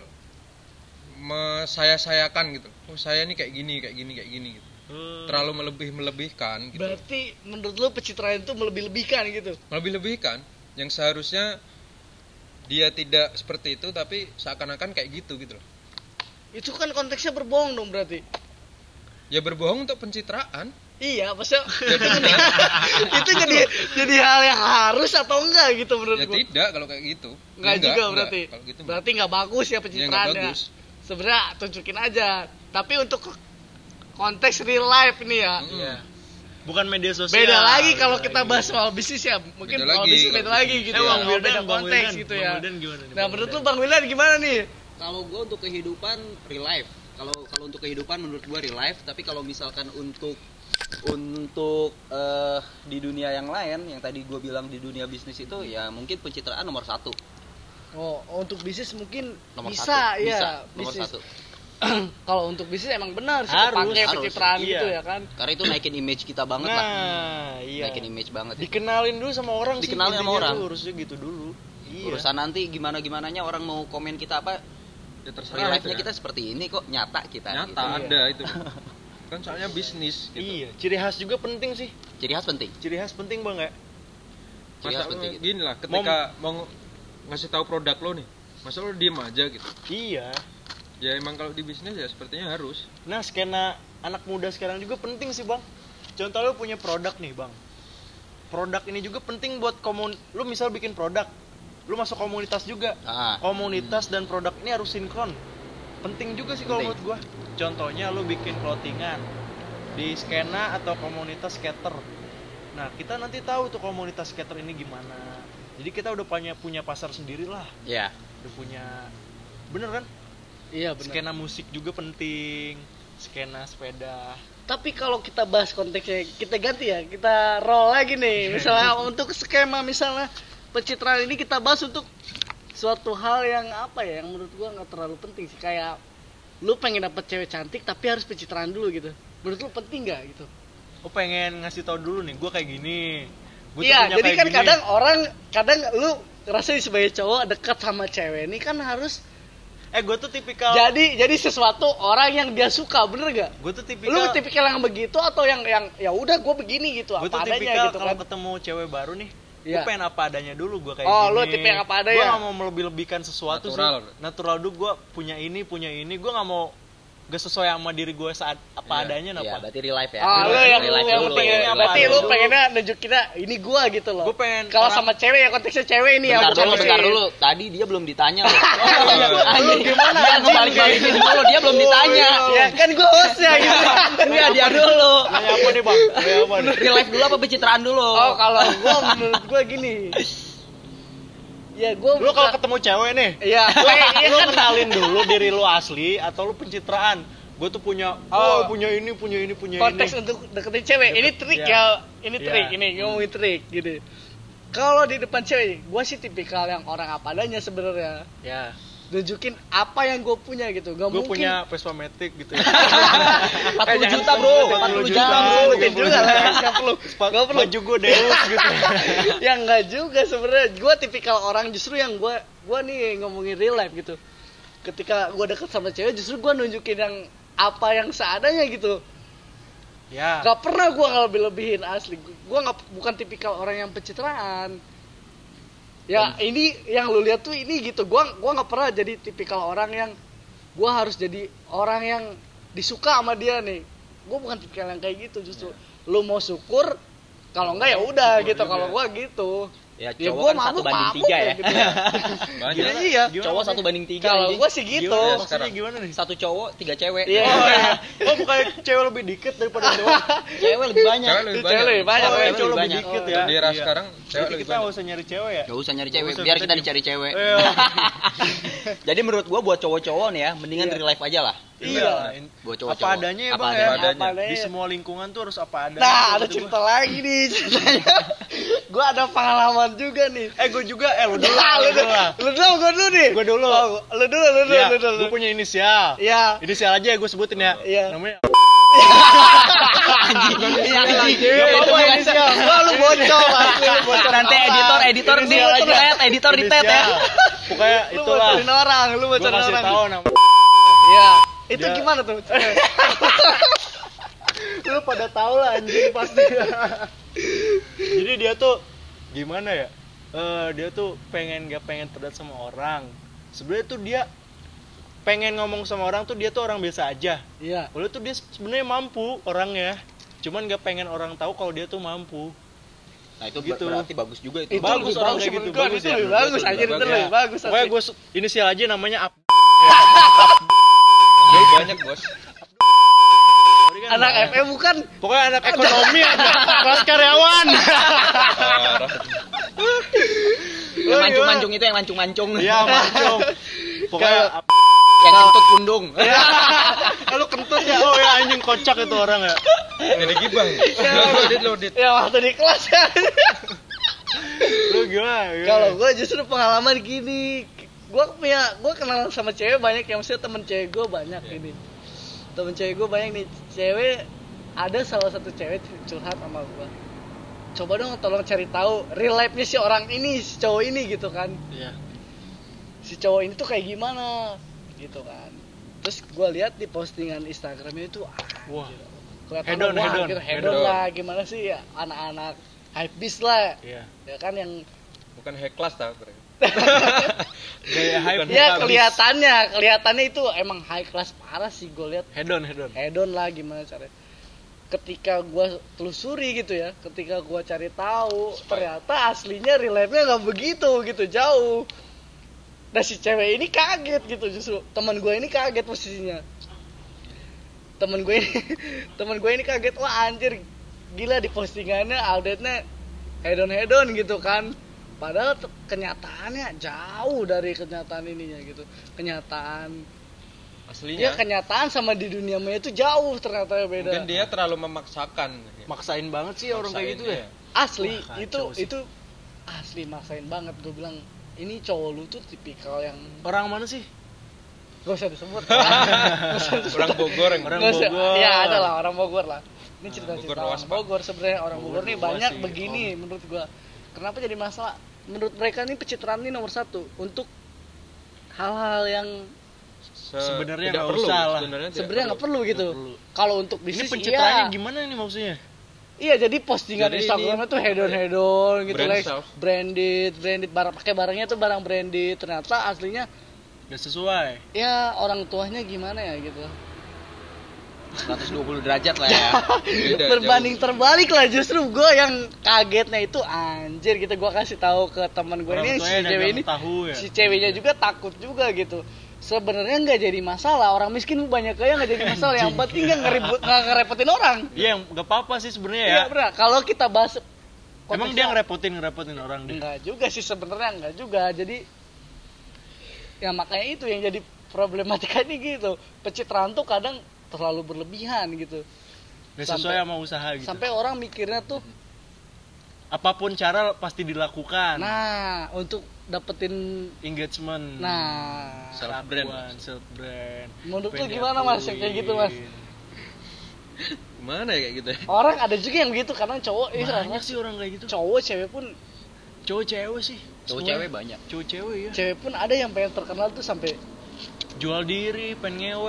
saya-sayakan gitu. Oh, saya nih kayak gini gitu. Terlalu melebihkan gitu. Berarti menurut lu pencitraan itu melebih-lebihkan gitu. Melebih-lebihkan yang seharusnya dia tidak seperti itu tapi seakan-akan kayak gitu loh. Itu kan konteksnya berbohong dong berarti. Ya berbohong untuk pencitraan. Iya, maksudnya itu jadi hal yang harus atau enggak gitu menurut Ya gua. tidak kalau kayak gitu. Enggak juga berarti. Kalau gitu Berarti enggak bagus ya ya nggak pencitraannya. bagus. Sebenarnya tunjukin aja. Tapi untuk konteks real life ini ya. Iya. Bukan media sosial. Beda lagi kalau Beda kita lagi. bahas soal bisnis ya. Mungkin Beda kalau lagi, bisnis beda kalau lagi bisnis. gitu Eh, ya. Bang Kalau Wildan, beda Bang konteks Wildan, gitu Bang ya. Wildan gimana nih, Nah, Bang menurut lu Wildan? Bang Wildan gimana nih? Kalau gue untuk kehidupan real life. Kalau untuk kehidupan menurut gue real life, tapi kalau misalkan untuk di dunia yang lain yang tadi gue bilang di dunia bisnis itu ya mungkin pencitraan nomor 1. Oh, untuk bisnis mungkin Nomor bisa 1. ya. Bisa, nomor bisnis. 1. Kalau untuk bisnis emang benar sih Harus, pakai harus. pencitraan Iya. gitu ya kan. Karena itu naikin image kita banget lah. Nah, iya. Naikin image banget. Dikenalin dulu sama orang sih. Dikenalin sama intinya orang. tuh harusnya gitu dulu. Iya. Urusan nanti gimana-gimananya orang mau komen kita apa, Ya real terserah life-nya itu ya. kita seperti ini kok, nyata kita. Nyata gitu. ada itu. Kan soalnya bisnis gitu. Iya, ciri khas juga penting sih. Ciri khas penting. Ciri khas penting Bang ya. Ciri khas Masa penting gitu. gini lah, ketika mau ngasih tahu produk lo nih, masa lo diem aja gitu. Iya. Ya emang kalau di bisnis ya sepertinya harus. Nah, skena anak muda sekarang juga penting sih, Bang. Contoh lu punya produk nih, Bang. Produk ini juga penting buat lu misal bikin produk, lu masuk komunitas juga. Ah. Komunitas dan produk ini harus sinkron. Penting juga sih kalau Penting. menurut gua. Contohnya lu bikin clothingan di skena atau komunitas skater. Nah, kita nanti tahu tuh komunitas skater ini gimana. Jadi kita udah punya pasar sendiri lah. Ya. Udah punya, bener kan? Iya benar. Skena musik juga penting, skena sepeda. Tapi kalau kita bahas konteksnya, kita ganti ya, kita roll lagi nih. Misalnya untuk skema misalnya pencitraan ini kita bahas untuk suatu hal yang apa ya, yang menurut gua nggak terlalu penting sih. Kayak lu pengen dapet cewek cantik tapi harus pencitraan dulu gitu. Menurut lu penting nggak gitu? Oh, pengen ngasih tahu dulu nih, gue kayak gini. Gua tuh Iya, punya jadi kayak kan gini. kadang lu ngerasa sebagai cowok dekat sama cewek ini kan harus Gue tuh tipikal. jadi sesuatu orang yang dia suka, bener gak? Gue tuh Lu tipikal. tipikal yang begitu atau yang ya udah gue begini gitu Gue tuh apa adanya tipikal gitu kalau kan? ketemu cewek baru nih, gue Iya. pengen apa adanya dulu, gue kayak Oh, gini. lu tipe yang apa Gue adanya? gak mau melebih-lebihkan sesuatu Natural. sih. Natural dulu, gue punya ini. Gue gak mau gak sesuai sama diri gue saat apa Iya. adanya. Iya, Apa? berarti real life ya. Ah, lu Real yang life yang dulu. pengen, Real berarti life lu dulu. pengennya nunjukin ini gua gitu loh. Gue pengen Kalau orang- sama cewek ya konteksnya cewek ini ya. Bentar bukan dulu. cewek. Tadi dia belum ditanya loh. Lu gimana? Dia ngebalik-balikin dulu, dia belum ditanya. Ya kan gua hostnya gitu. Enggak, dia dulu. Nanya apa nih bang? Nanya apa nih? Real life dulu apa pencitraan dulu? Oh, kalau gua menurut gua gini. Ya gua Lu kalau ketemu cewek nih, Iya, iya lu kan. kenalin dulu diri lu asli atau lu pencitraan. Gue tuh punya, punya ini. Konteks untuk deketin cewek. Ini trik Iya. ya. Ini trik, Iya. ini ngomongin trik gitu. Kalau di depan cewek, gua sih tipikal yang orang apa adanya sebenarnya. Ya, Nunjukin apa yang gue punya gitu. Gak gue mungkin punya Vespa Matic gitu ya. 40 juta bro, 40 juta bro. Sebutin juga lah, nggak perlu. Nggak perlu. Baju gue Deus gitu. Ya nggak juga sebenarnya. Gue tipikal orang justru yang gue nih ngomongin real life gitu. Ketika gue deket sama cewek, justru gue nunjukin yang apa yang seadanya gitu. Ya. Gak pernah gue lebih-lebihin asli. Gue bukan tipikal orang yang pencitraan. Ya ini yang lu lihat tuh ini gitu. Gua nggak pernah jadi tipikal orang yang gua harus jadi orang yang disuka sama dia nih. Gua bukan tipikal yang kayak gitu justru. Lu mau syukur, kalau enggak ya udah gitu. Kalau gua gitu. Ya Ya cowok gua kan 1 banding mabuk 3 ya. gitu. Banyak. Ya, iya. Gimana Cowok maksudnya? 1 banding 3 Kalau anjing. gua sih gitu. Gimana, Iya, maksudnya sekarang. gimana nih? 1 cowok 3 cewek. Iya. Oh, bukan cewek lebih dikit daripada cowok. Cewek lebih banyak. Cewek lebih Cewek lebih banyak. Oh, Cewek cowok lebih banyak. dikit Oh, ya. Di era Iya. sekarang cewek Jadi lebih kita nggak banyak. usah nyari cewek ya. Gak usah nyari Nggak cewek, usah, biar kita kita di- dicari cewek. Iya. Jadi menurut gua buat cowok-cowok nih ya, mendingan Iya. real life aja lah. Iya. Buat cowok-cowok. Apa adanya ya Apa bang ya. adanya. Apa adanya. Di semua lingkungan tuh harus apa adanya. Nah, ada Gitu, cerita lagi nih ceritanya. Gua ada pengalaman juga nih. Gue juga. Lu dulu. Nah, Lu dulu. lu dulu, gua dulu nih. Gue dulu. Oh, lu dulu. Ya, gue punya inisial. Iya. Inisial aja gue sebutin ya. Iya. Namanya. Anjing. Iya, anjing. Iya, Itu apa bukan- inisial? Wah, lu bocor pasti lu bocor. Nanti editor di Inisial aja. tet, editor di tet ya. Inisial. Pokoknya Lu itulah. bocorin orang, lu Gue bocorin kasih orang. tahu nama. Iya. Itu Dia- gimana tuh? Lu pada tahu lah anjing pasti. Jadi dia tuh gimana ya? Dia tuh gak pengen terlihat sama orang. Sebenarnya tuh dia pengen ngomong sama orang tuh dia tuh orang biasa aja. Iya. Lalu tuh dia sebenarnya mampu orangnya. Cuman gak pengen orang tahu kalau dia tuh mampu. Nah, itu Gitu. berarti bagus juga itu. Itu Bagus lebih orang bagus kayak gitu, menurut gua, bagus itu ya. lebih bagus Bagus, anjir, itu bagus. lebih bagus. Pokoknya asli. gue inisial aja namanya Ap. Lebih banyak bos. Anak FM bukan? Pokoknya anak ekonomi aja. Kelas karyawan. Parah. Yang mancung-mancung itu yang mancung-mancung. Iya, mancung. Pokoknya Ap. Yang kentut pundung. Lu kentut ya. Oh ya anjing kocak itu orang ya. Jadi gibah. Loaded. Ya waktu di kelas ya. Lu gimana? Kalau gue justru pengalaman gini, gue kenal sama cewek banyak yang maksudnya temen cewek gue banyak ini. Temen cewek gue banyak nih, cewek ada salah satu cewek curhat sama gue. Coba dong tolong cari tahu real life-nya si orang ini, si cowok ini gitu kan. Iya. Si cowok ini tuh kayak gimana gitu kan. Terus gue lihat di postingan Instagramnya itu Wah. kelihatan Hedon. hedon lah, gimana sih ya anak-anak hypebeast lah. Iya. Ya kan yang Bukan high class tau. Gaya hype. ya kelihatannya itu emang high class parah sih gue lihat. Hedon. Hedon lah gimana caranya. Ketika gue telusuri gitu ya, ketika gue cari tahu, ternyata aslinya real life-nya nggak begitu gitu jauh. Nah si cewek ini kaget gitu justru, teman gue ini kaget posisinya. Temen gue ini kaget, wah anjir gila di postingannya update-nya hedon gitu kan. Padahal kenyataannya jauh dari kenyataan ininya gitu. Kenyataan aslinya. kenyataan sama di dunia maya itu jauh ternyata beda. Mungkin dia terlalu memaksakan. Maksain banget sih orang kayak gitu ya. Asli Wah, itu kacau sih. itu asli maksain banget. Gue bilang ini cowok lu tuh tipikal yang Orang mana sih? gak usah disebut. Nggak usah disebut. Orang Bogor yang Orang Nggak usah. Bogor. Ya ada lah orang Bogor lah. Ini cerita-cerita Bogor orang luas, Pak. Bogor sebenarnya orang Bogor nih Bogor luas banyak sih, begini menurut gua. Kenapa jadi masalah? Menurut mereka nih pencitraan ini nomor satu untuk hal-hal yang Sebenarnya tidak nggak perlu. usah lah. sebenarnya nggak perlu gitu. Nggak perlu. Kalau untuk Ini bisnis pencitraannya iya. gimana nih maksudnya? Iya, jadi postingan Jadi Instagramnya ini tuh hedon gitu brand Lex. self. Branded barang pakai barangnya tuh barang branded. Ternyata aslinya Gak sesuai. ya orang tuanya gimana ya gitu. 120 derajat lah ya. Beda, Berbanding terbalik lah, justru gue yang kagetnya itu anjir gitu. Gue kasih tahu ke teman gue Orang ini si tuanya cewek dagang ini tahu ya. si ceweknya juga takut juga gitu. Sebenarnya nggak jadi masalah, orang miskin banyak kaya nggak jadi masalah. Yang penting nggak ngerepotin orang. Iya, nggak apa-apa sih sebenarnya ya. Iya benar. Kalau kita bahas Emang dia ngerepotin orang dia. enggak juga sih sebenarnya, enggak juga. Jadi ya makanya itu yang jadi problematika ini gitu. Pencitraan tuh kadang terlalu berlebihan gitu. Gak sesuai sama usaha gitu. Sampai orang mikirnya tuh Apapun cara pasti dilakukan. nah untuk dapetin Engagement. nah Self brand. Self brand. menurut lu gimana Mas yang kayak gitu Mas? Gimana ya kayak gitu ya? Orang ada juga yang begitu, kadang cowok Banyak sih orang kayak gitu. cowok cewek pun Cowok cewek sih. Cowok Semua. cewek banyak. Cowok cewek ya. cewek pun ada yang pengen terkenal tuh sampai Jual diri, pengen ngewe.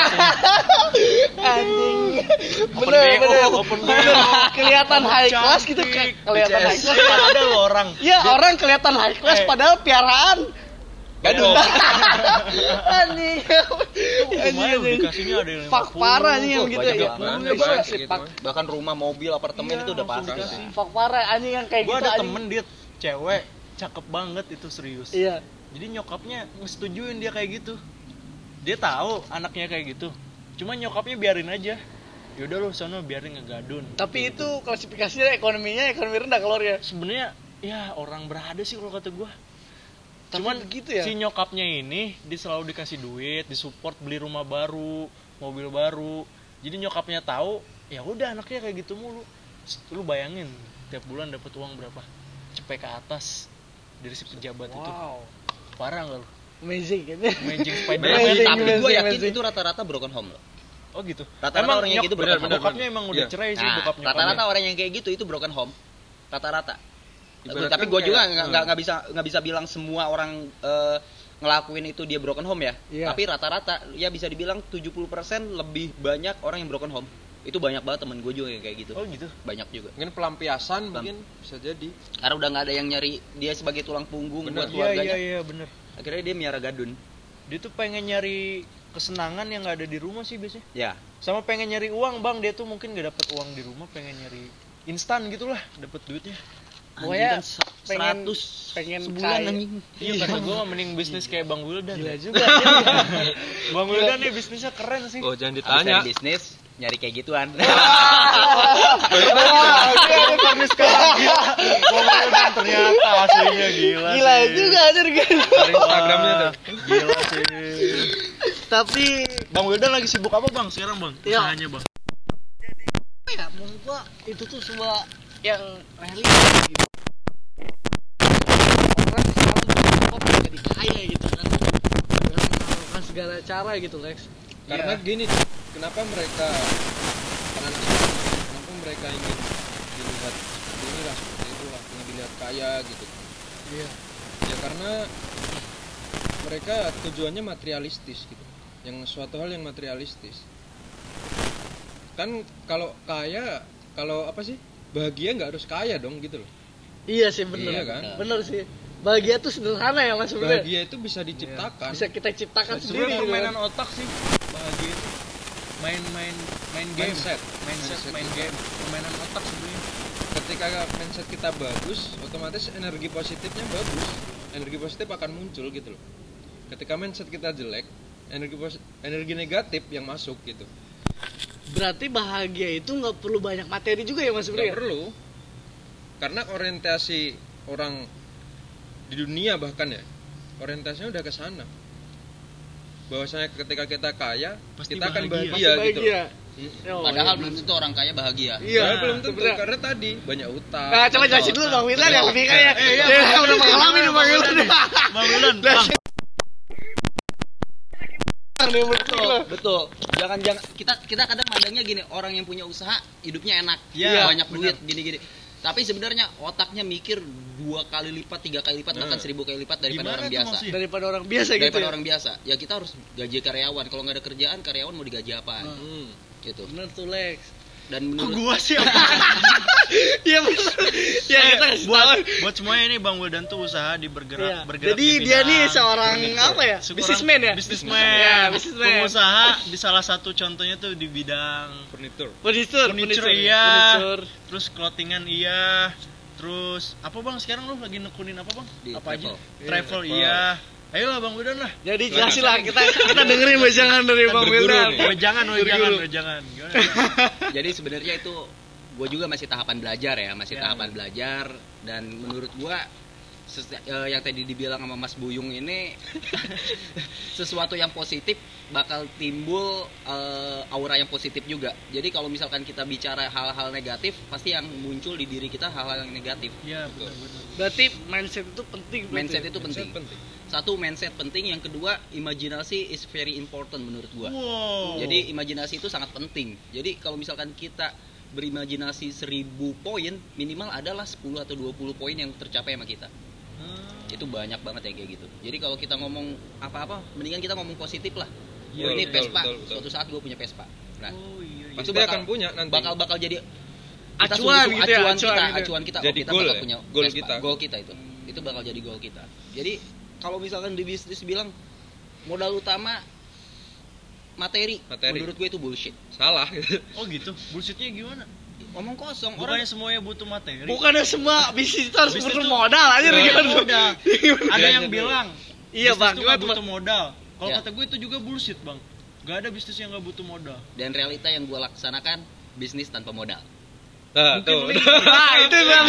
anjing Open bener BO, bener open bener. Kelihatan high Cantik. class gitu kelihatan high class Ada loh orang. ya orang kelihatan high class padahal piaraan Gadun. anjing Lumayan dikasihnya ada yang 50. fak parah nih yang Kok gitu banyak ya banget, Gua banyak sih, gitu fak mah. Bahkan rumah, mobil, apartemen Iya, itu udah langsung pasti. dikasih. fak parah anjing yang kayak Gue gitu ada anjing. temen dia cewek cakep banget itu serius. Iya. Jadi nyokapnya ngesetujuin dia kayak gitu. Dia tahu anaknya kayak gitu. Cuma nyokapnya biarin aja. Yaudah lu sono biarin ngegadun. Tapi itu klasifikasinya ekonomi rendah keluarga. Sebenarnya ya orang berada sih kalau kata gua. Tapi Cuman begitu ya? si nyokapnya ini dia selalu dikasih duit, disupport beli rumah baru, mobil baru. Jadi nyokapnya tahu, ya udah anaknya kayak gitu mulu. Lu bayangin tiap bulan dapat uang berapa? Cepet ke atas dari si pejabat itu. Wow. Parah nggak lu? Amazing gitu. Magic Spider. Amazing, Tapi gue amazing, yakin amazing. itu rata-rata broken home loh. Oh gitu. Rata-rata orang yang gitu bener, broken home. bokapnya emang udah Iya. cerai sih Nah, bokap nyokapnya. rata-rata orang yang kayak gitu itu broken home. Rata-rata. Ibaratkan Tapi gue juga kayak, nggak bisa bilang semua orang ngelakuin itu dia broken home ya. Iya. Tapi rata-rata ya bisa dibilang 70% lebih banyak orang yang broken home. Itu banyak banget temen gue juga yang kayak gitu. Oh gitu. Banyak juga. Mungkin pelampiasan mungkin bisa jadi. Karena udah nggak ada yang nyari dia sebagai tulang punggung Bener. buat Iya keluarganya. iya bener. Akhirnya dia miara gadun. Dia tuh pengen nyari kesenangan yang nggak ada di rumah sih biasanya. Ya. Sama pengen nyari uang bang, dia tuh mungkin nggak dapet uang di rumah, pengen nyari instan gitulah, dapet duitnya. Pokoknya Anjing kan pengen 100 pengen sebulan kaya. anjing. Iya kata gue mending bisnis kayak Bang Wildan. Gila ya. juga. Bang Wildan nih bisnisnya keren sih. Oh, jangan Habis ditanya. dari bisnis nyari kayak gituan. Oke, ini bisnis sekarang gila. Bang Wildan ternyata aslinya gila. Gila sih. juga anjir gitu. Dari Instagramnya tuh. Gila sih. Tapi Bang Wildan lagi sibuk apa bang sekarang bang? Iya. Usahanya bang. ya menurut gua itu tuh sebuah yang realistis gitu. Orang sekarang support jadi kaya gitu kan. Dengan melakukan segala cara gitu Lex. Karena Iya. gini, kenapa mereka ingin dilihat seperti inilah, seperti itulah, ingin dilihat kaya gitu. Iya. Ya karena mereka tujuannya materialistis gitu. Yang suatu hal yang materialistis. Kan kalau kaya, kalau apa sih? Bahagia nggak harus kaya dong gitu loh. Iya sih bener. Iya kan? Bener sih. Bahagia tuh sederhana ya Mas sebenarnya. Bahagia itu bisa diciptakan. Bisa kita ciptakan sendiri. Sebenarnya gitu kan. permainan otak sih bahagia itu. Main game. Mindset. Main game. Permainan otak sebenarnya. Ketika mindset kita bagus, otomatis energi positifnya bagus. Energi positif akan muncul gitu loh. Ketika mindset kita jelek, energi negatif yang masuk gitu. Berarti bahagia itu nggak perlu banyak materi juga ya Mas Nggak sebenarnya. perlu. Karena orientasi orang di dunia bahkan ya, orientasinya udah ke sana. bahwasanya ketika kita kaya Pasti kita akan bahagia. bahagia, Pasti gitu. bahagia. Mm. Oh, Padahal iya. belum tentu orang kaya bahagia. Iya. Nah, belum tentu sebenarnya. karena tadi banyak utang. Nah, coba jelasin dulu Bang Wildan yang lebih kaya. Ya, udah mengalami nih Bang Wildan. Bang Wildan, Bang. Betul. Jangan kita kadang mandangnya gini, orang yang punya usaha hidupnya enak, Iya, banyak benar. duit gini-gini. Tapi sebenarnya otaknya mikir 2 kali lipat, 3 kali lipat, bahkan 1000 kali lipat daripada Gimana orang tuh biasa. maksudnya? Daripada orang biasa gitu. Daripada Ya? orang biasa. Ya kita harus gaji karyawan. Kalau nggak ada kerjaan, karyawan mau digaji apaan? Hmm. Gitu. Bener tuh Lex. Dan Kok menurut gua sih? Iya bener. Ya kita kasih buat tahu. buat semuanya ini Bang Wildan tuh usaha Iya. bergerak Jadi di dia bidang nih seorang furniture. apa ya? Seorang Businessman ya? Businessman. Ya, businessman. Pengusaha di salah satu contohnya tuh di bidang Furniture. Furniture. iya. Furniture. Terus clothingan iya. Terus apa Bang sekarang lu lagi nekunin apa Bang? Di Apa travel. aja? Travel iya. Ayolah Bang Wildan lah. Jadi jelasin lah kita dengerin wejangan dari Bang berguru Wildan. nih. Jangan, Berguru. jangan. Gimana? jadi sebenarnya itu gue juga masih tahapan belajar ya, masih Ya. tahapan belajar. Dan menurut gue yang tadi dibilang sama Mas Buyung ini sesuatu yang positif bakal timbul aura yang positif juga. Jadi kalau misalkan kita bicara hal-hal negatif, pasti yang muncul di diri kita hal-hal yang negatif. Iya, benar. Berarti mindset itu penting. berarti. Mindset itu penting. Penting. Satu, mindset penting. Yang kedua, imajinasi is very important menurut gua. Wow. Jadi imajinasi itu sangat penting. Jadi kalau misalkan kita berimajinasi 1000 poin, minimal adalah 10 atau 20 poin yang tercapai sama kita. Itu banyak banget ya kayak gitu. Jadi kalau kita ngomong apa-apa, mendingan kita ngomong positif lah. Iya, Oh, ini betul, Vespa, betul. suatu saat gua punya Vespa. Nah, Oh iya. Pasti Itu dia bakal- akan punya nanti. bakal jadi kita Acuan sungguh-sungguh gitu ya, acuan acuan kita, gitu. acuan kita. Jadi kita goal bakal ya, punya goal Vespa. kita. Goal kita itu bakal jadi goal kita. Jadi kalau misalkan di bisnis bilang modal utama materi. Menurut gue itu bullshit. Salah. Oh gitu. Bullshitnya gimana? Ngomong kosong. Bukannya semuanya butuh materi. Bukannya semua bisnis itu harus Bisnis butuh itu- modal aja Butuh gitu. modal. Ada yang Dulu. bilang Iya, bisnis Bang. tuh Gimana nggak tuh, butuh modal. Kalau Ya. kata gue itu juga bullshit Bang. Gak ada bisnis yang nggak butuh modal. Dan realita yang gue laksanakan bisnis tanpa modal. Nah, tuh. Nah, itu yang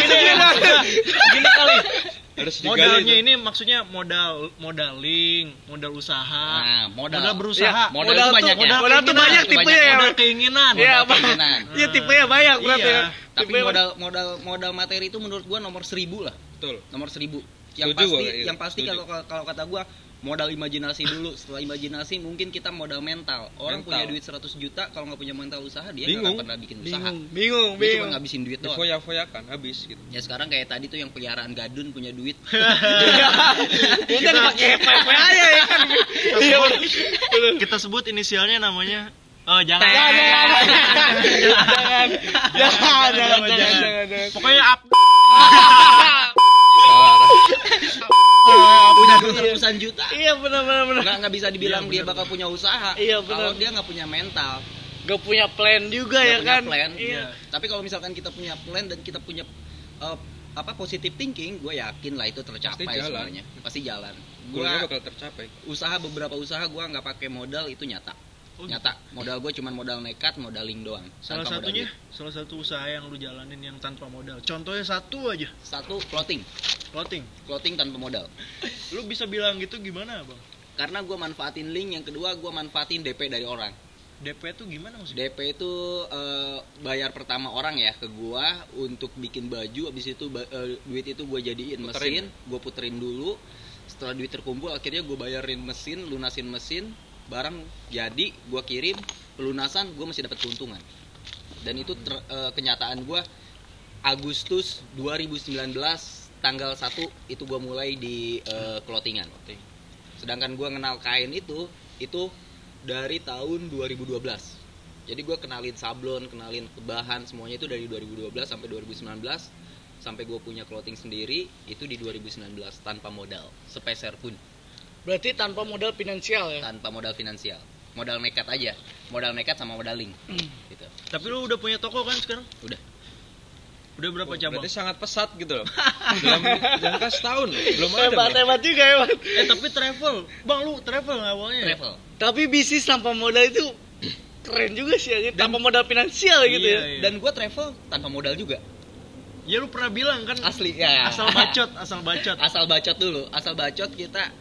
Gini kali. Harus digali Modalnya tuh. ini maksudnya modal link, modal usaha, Nah, modal. berusaha, Iya, Modal modal itu banyak tuh, ya. modal tuh Keinginan. banyak Itu tipenya ya. modal keinginan. Iya, Modal Bang. keinginan. Iya, tipenya banyak berarti Iya. ya. Tapi Tipenya modal materi itu menurut gua nomor 1000 lah. Betul. Nomor 1000. Yang Setuju pasti gua kayak gitu. yang pasti Setuju. kalau kata gua modal imajinasi dulu. Setelah imajinasi mungkin kita modal mental. Orang Mental. punya duit 100 juta kalau nggak punya mental usaha dia nggak Bingung. akan pernah bikin usaha. bingung. Dia cuma ngabisin duit doang. Difoya-foyakan habis gitu. Ya sekarang kayak tadi tuh yang peliharaan gadun punya duit. Kita pakai PP aja ya kan. Iya, bener. Kita sebut inisialnya namanya. Oh jangan. Jangan. Pokoknya Punya duit ratusan juta. Iya, benar. Nggak bisa dibilang Iya, dia bener. bakal punya usaha. Iya, bener. Kalau dia nggak punya mental. Gak punya plan juga Nggak ya punya kan. plan. Iya. Tapi kalau misalkan kita punya plan dan kita punya positive thinking, gue yakin lah itu tercapai Pasti jalan. semuanya. Pasti jalan. Goalnya Gua bakal tercapai. beberapa usaha gue nggak pakai modal itu nyata. Oh, Nyata. Modal gue cuma modal nekat, modaling doang. salah Tanpa modal satunya, duit. salah satu usaha yang lu jalanin yang tanpa modal. Contohnya satu aja, Satu, clothing. clothing. Tanpa modal. Lu bisa bilang gitu gimana Bang? Karena gue manfaatin link, yang kedua gue manfaatin DP dari orang. DP itu gimana maksudnya? DP itu bayar pertama orang ya ke gua untuk bikin baju, habis itu duit itu gua jadiin Puterin. mesin, gua puterin dulu. Setelah duit terkumpul akhirnya gua bayarin mesin, lunasin mesin, barang jadi gua kirim, pelunasan gua masih dapat keuntungan. Dan itu kenyataan gua Agustus 2019 tanggal 1 itu gua mulai di clothingan. Sedangkan gua kenal kain itu dari tahun 2012. Jadi gue kenalin sablon, kenalin bahan, semuanya itu dari 2012 sampai 2019. Sampai gue punya clothing sendiri itu di 2019 tanpa modal sepeser pun, Berarti tanpa modal finansial ya. tanpa modal finansial. Modal nekat aja. Modal nekat sama modal link. Gitu. Tapi lu udah punya toko kan sekarang? Udah berapa cabang? Berarti sangat pesat gitu loh. Dalam jangka setahun belum ada. Bang. Hebat juga ya, Bang. Tapi travel. Bang lu travel nggak awalnya? Travel. Tapi bisnis tanpa modal itu keren juga sih aja. Tanpa modal finansial gitu ya. Iya. Dan gue travel tanpa modal juga. Ya lu pernah bilang kan Asli ya. asal bacot. Asal bacot dulu. Asal bacot kita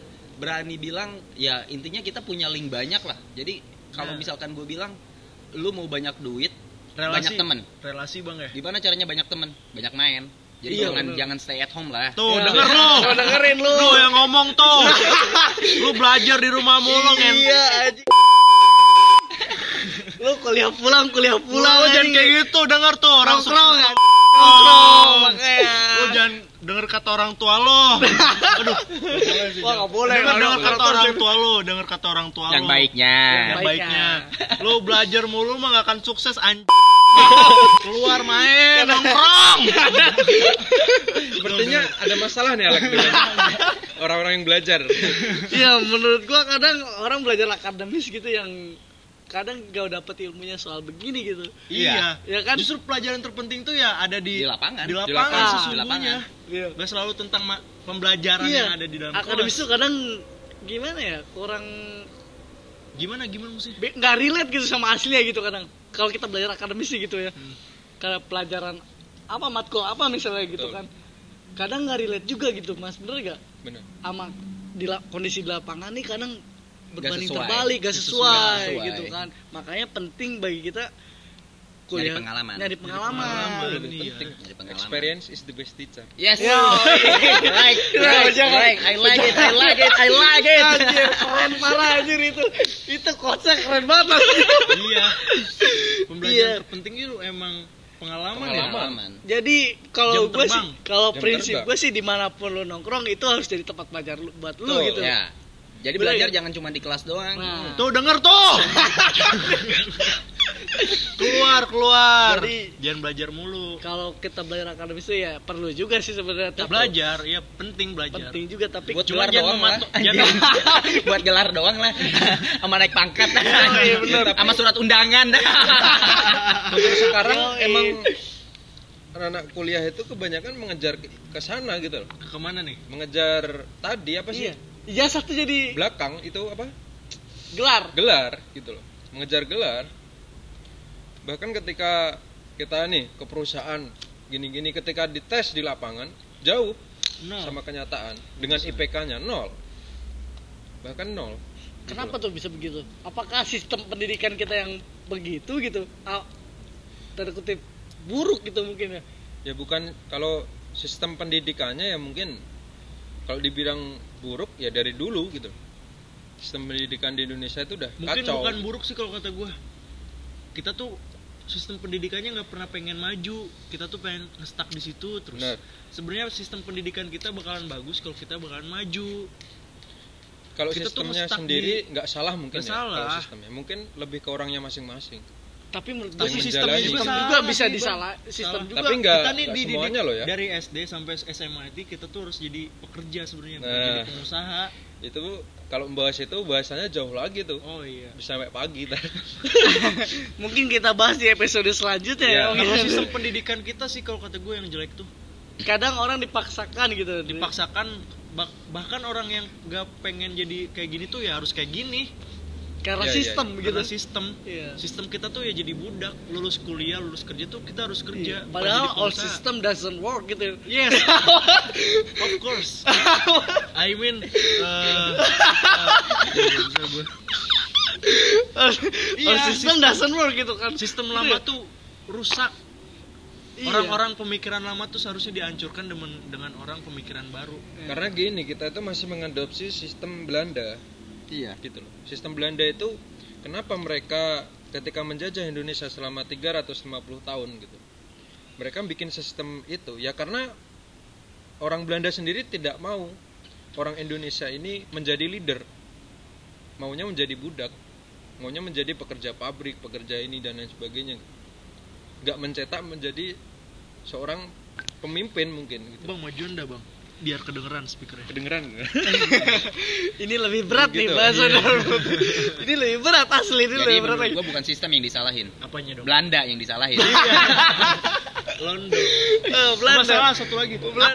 berani bilang ya intinya kita punya link banyak lah. Jadi kalau Nah. misalkan gue bilang lu mau banyak duit, Relasi, banyak temen. relasi bang ya. Gimana caranya banyak temen? Banyak main. Jadi Iya, jangan bener. jangan stay at home lah. Tuh Ya. denger lu. Gua dengerin lu. Lu yang ngomong tuh. Lu belajar di rumah mulu kan. Iya anjing. Lu kuliah pulang Lu jangan anjing. kayak gitu, denger tuh orang Nongkrong sukses. kan. Nongkrong makanya. Lu jangan denger kata orang tua lo. Aduh. Wah, nggak boleh. Denger Kalau kata orang tua lo, denger kata orang tua lo. Yang baiknya. Yang baiknya. Lu belajar mulu mah gak akan sukses anjing. Keluar main nongkrong. Sepertinya ada masalah nih Alek dengan orang-orang yang belajar. Iya, menurut gua kadang orang belajar akademis gitu yang kadang gak dapet ilmunya soal begini gitu. Iya. Ya kan? Justru pelajaran terpenting tuh ya ada Di lapangan. Di Di lapangan lapangan. sesungguhnya. Di lapangan. Iya. Gak selalu tentang pembelajaran yang ada di dalam akademis kelas. tuh kadang gimana ya, kurang Gimana sih? nggak relate gitu sama aslinya gitu kadang. Kalau kita belajar akademis sih gitu ya. Kayak pelajaran apa matkul apa misalnya gitu Betul. kan. Kadang nggak relate juga gitu, Mas. Bener gak? Benar. Sama kondisi di lapangan nih kadang berbanding sesuai. terbalik, gak sesuai, Sesuai. gitu kan. Makanya penting bagi kita kuliah pengalaman. nyari pengalaman. Lebih Iya. penting. Nyari pengalaman. Experience is the best teacher. Yes. Yo. Like, I like it. Anjir, keren parah anjir itu. Itu kocak keren banget. Iya. Pembelajaran Iya. terpenting itu emang pengalaman, Pengalaman. Jadi kalau Jam gue sih, terbang. kalau Jam prinsip terbang. gue sih dimanapun lu nongkrong itu harus jadi tempat belajar buat lu Betul. gitu. Ya. Jadi Bener belajar ya? jangan cuma di kelas doang. Nah. ya. Tuh denger tuh. keluar. Jadi- jangan belajar mulu. Kalau kita belajar akademis itu ya perlu juga sih sebenarnya. Tapi Belajar, ya penting belajar. penting juga tapi Buat Cuma gelar jangan doang lah. mematok- jangan- Buat gelar doang lah. Sama naik pangkat. iya bener. Sama surat undangan. Untuk sekarang Yoi. emang anak kuliah itu kebanyakan mengejar ke sana gitu loh. Kemana nih? Mengejar tadi apa sih? Iya. Ijazah tuh jadi Belakang itu apa? gelar. Gelar gitu loh. Mengejar gelar. Bahkan ketika kita nih ke perusahaan gini-gini, ketika dites di lapangan jauh No. sama kenyataan dengan IPK-nya 0. Bahkan 0. Kenapa tuh bisa begitu? Apakah sistem pendidikan kita yang begitu gitu? Tanda kutip buruk gitu mungkin ya. Ya bukan, kalau sistem pendidikannya ya mungkin kalau dibilang buruk ya dari dulu gitu. Sistem pendidikan di Indonesia itu udah Mungkin kacau. bukan buruk sih kalau kata gue. Kita tuh sistem pendidikannya nggak pernah pengen maju. Kita tuh pengen nge-stuck di situ terus. Benar. Sebenarnya sistem pendidikan kita bakalan bagus kalau kita bakalan maju. Kalau kita tuh sistemnya nge-stuck sendiri nggak salah mungkin Nggak ya. Kalau salah. sistemnya mungkin lebih ke orangnya masing-masing. Tapi menurut Tapi gue sistemnya menjalani. juga sistem salah juga bisa sih, Bang. disalah. Sistem Salah. juga. Tapi nggak Kita nih dididik semuanya loh ya. dari SD sampai SMA itu kita tuh harus jadi pekerja sebenarnya, bukan Nah. jadi pengusaha. Itu kalau membahas itu bahasanya jauh lagi tuh. Oh iya. Bisa sampai pagi tar. Mungkin kita bahas di episode selanjutnya Iya. ya. Kalau Mungkin. sistem pendidikan kita sih kalau kata gue yang jelek tuh Kadang orang dipaksakan gitu. dipaksakan bahkan orang yang gak pengen jadi kayak gini tuh ya harus kayak gini Karena Iya, iya, sistem iya. gitu. karena sistem. Iya. Sistem kita tuh ya jadi budak, lulus kuliah, lulus kerja tuh kita harus kerja. Iya. bukan Padahal jadi all pengusaha. system doesn't work gitu. Yes. Of course. I mean bisa gue. all Iya, system doesn't work gitu kan. Sistem lama tuh rusak. Iya. Orang-orang pemikiran lama tuh seharusnya dihancurkan dengan orang pemikiran baru. Karena gini, kita itu masih mengadopsi sistem Belanda Iya. gitu loh. Sistem Belanda itu kenapa mereka ketika menjajah Indonesia selama 350 tahun gitu. Mereka bikin sistem itu ya karena orang Belanda sendiri tidak mau orang Indonesia ini menjadi leader. Maunya menjadi budak. Maunya menjadi pekerja pabrik, pekerja ini dan lain sebagainya. Gak mencetak menjadi seorang pemimpin mungkin gitu. Bang, majuan dah, Bang. Biar kedengeran speakernya. Kedengeran. Ini lebih berat nih Gitu. bahasa Iya. Ini lebih berat asli ini Jadi lebih berat menurut lagi. gua bukan sistem yang disalahin. Apanya dong? Belanda yang disalahin. London. Belanda. Masalah satu lagi. Belanda.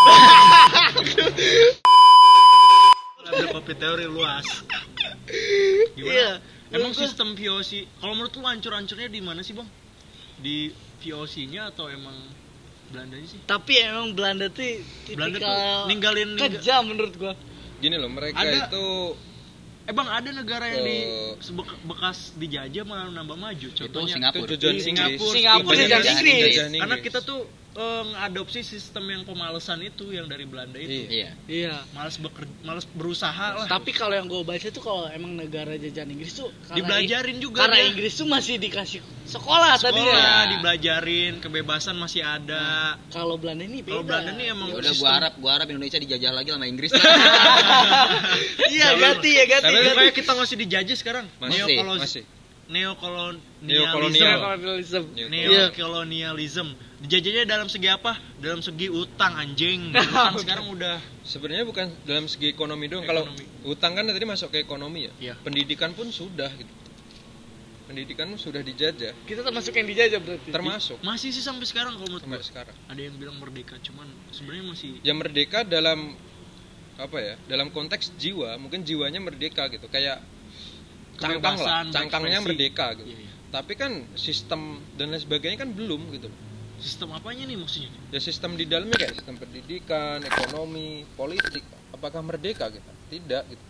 Ada kopi teori luas. Gimana? Iya. Emang Menurut gua- sistem VOC, kalau menurut lu hancur-hancurnya di mana sih, Bang? Di VOC-nya atau emang Belandanya sih? Tapi emang Belanda tuh Belanda tipikal tuh ninggalin- kejam menurut gua. gini loh, mereka Ada. itu Bang, ada negara yang Eh. bekas dijajah malah nambah maju. Contohnya Singapura. itu jajahan Di Inggris. Singapura Itu jajahan Inggris. karena kita tuh ngadopsi sistem yang pemalesan itu yang dari Belanda itu. Iya. Iya. Iya. Malas berusaha lah. Tapi kalau yang gue baca tuh kalau emang negara jajahan Inggris tuh Dibelajarin juga karena dia. Inggris tuh masih dikasih sekolah tadi ya. Sekolah dibelajarin, kebebasan masih ada. Kalau Belanda ini beda. Kalau Belanda ini emang Ya udah gua harap Indonesia dijajah lagi sama Inggris. Iya, ganti. Tapi kayak kita masih dijajah sekarang. Masih. Neokolonialisme. Kolonialisme. Iya. Neokolonialisme. Dijajahnya dalam segi apa? Dalam segi utang anjing. Utang sekarang udah Sebenarnya bukan dalam segi ekonomi doang. Kalau Ekonomi. utang kan tadi masuk ke ekonomi ya. Iya. Pendidikan pun sudah gitu. Pendidikan pun sudah dijajah, Kita termasuk yang dijajah berarti. termasuk masih sih sampai sekarang kalau menurut sampai gua. sekarang. Ada yang bilang merdeka, cuman sebenarnya masih Ya merdeka dalam apa ya? Dalam konteks jiwa, mungkin jiwanya merdeka gitu. Kayak cangkang lah, Kebebasan cangkangnya berekspresi. merdeka gitu. Iya, iya. Tapi kan sistem dan lain sebagainya kan belum gitu. Sistem apanya nih maksudnya? Ya sistem di dalamnya kayak sistem pendidikan, ekonomi, politik, apakah merdeka gitu? Tidak gitu.